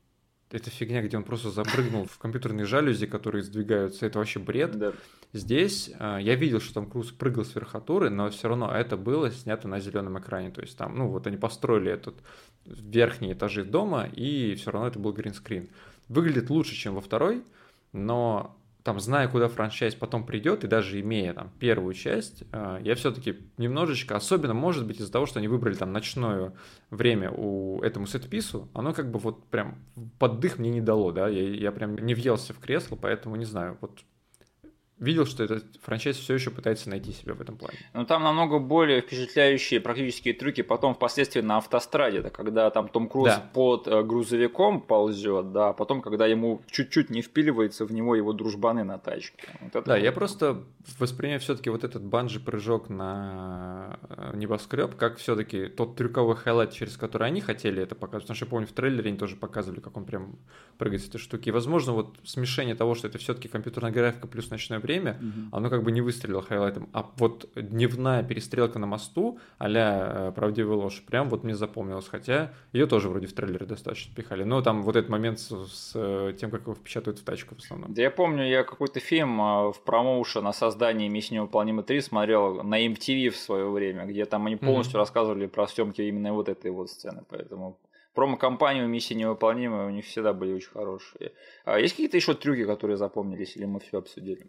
B: это фигня, где он просто запрыгнул в компьютерные жалюзи, которые сдвигаются. Это вообще бред.
A: Да.
B: Здесь э, я видел, что Том Круз прыгал с верхотуры, но все равно это было снято на зеленом экране. То есть там, ну вот они построили этот верхние этажи дома, и все равно это был гринскрин. Выглядит лучше, чем во второй, но там, зная, куда франчайз потом придет, и даже имея там первую часть, э, я все-таки немножечко, особенно, может быть, из-за того, что они выбрали там ночное время у этому сетпису, оно как бы вот прям под дых мне не дало, да, я, я прям не въелся в кресло, поэтому не знаю, вот видел, что этот франчайз все еще пытается найти себя в этом плане.
A: Ну, там намного более впечатляющие практические трюки потом впоследствии на автостраде, это когда там Том Круз
B: Да.
A: под э, грузовиком ползет, да, а потом, когда ему чуть-чуть не впиливается в него его дружбаны на тачке. Вот это
B: Да,
A: вот.
B: я просто воспринимаю все-таки вот этот банджи-прыжок на небоскреб, как все-таки тот трюковый хайлайт, через который они хотели это показывать. Потому что я помню, в трейлере они тоже показывали, как он прям прыгает с этой штуки. И, возможно, вот смешение того, что это все-таки компьютерная графика плюс ночное время, mm-hmm. оно как бы не выстрелило хайлайтом. А вот дневная перестрелка на мосту а-ля «Правдивая ложь» прям вот мне запомнилась. Хотя ее тоже вроде в трейлере достаточно пихали. Но там вот этот момент с, с тем, как его впечатывают в тачку в основном.
A: Да я помню, я какой-то фильм в промоушен о создании «Миссия невыполнима три» смотрел на эм ти ви в свое время, где там они полностью mm-hmm. рассказывали про съемки именно вот этой вот сцены. Поэтому промо-компанию «Миссия невыполнима» у них всегда были очень хорошие. А есть какие-то еще трюки, которые запомнились, или мы все обсудили?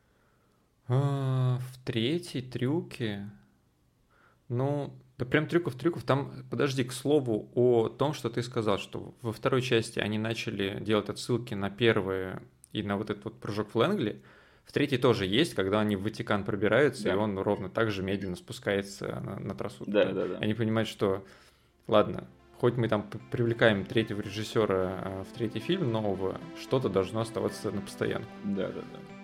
B: В третьей трюке, ну, да прям трюков-трюков, там, подожди, к слову о том, что ты сказал, что во второй части они начали делать отсылки на первые и на вот этот вот прыжок в Лэнгли, в третьей тоже есть, когда они в Ватикан пробираются, да. И он ровно так же медленно спускается на, на трассу.
A: Да, да, да.
B: Они понимают, что, ладно, хоть мы там привлекаем третьего режиссера в третий фильм нового, что-то должно оставаться на постоянку.
A: Да, да, да.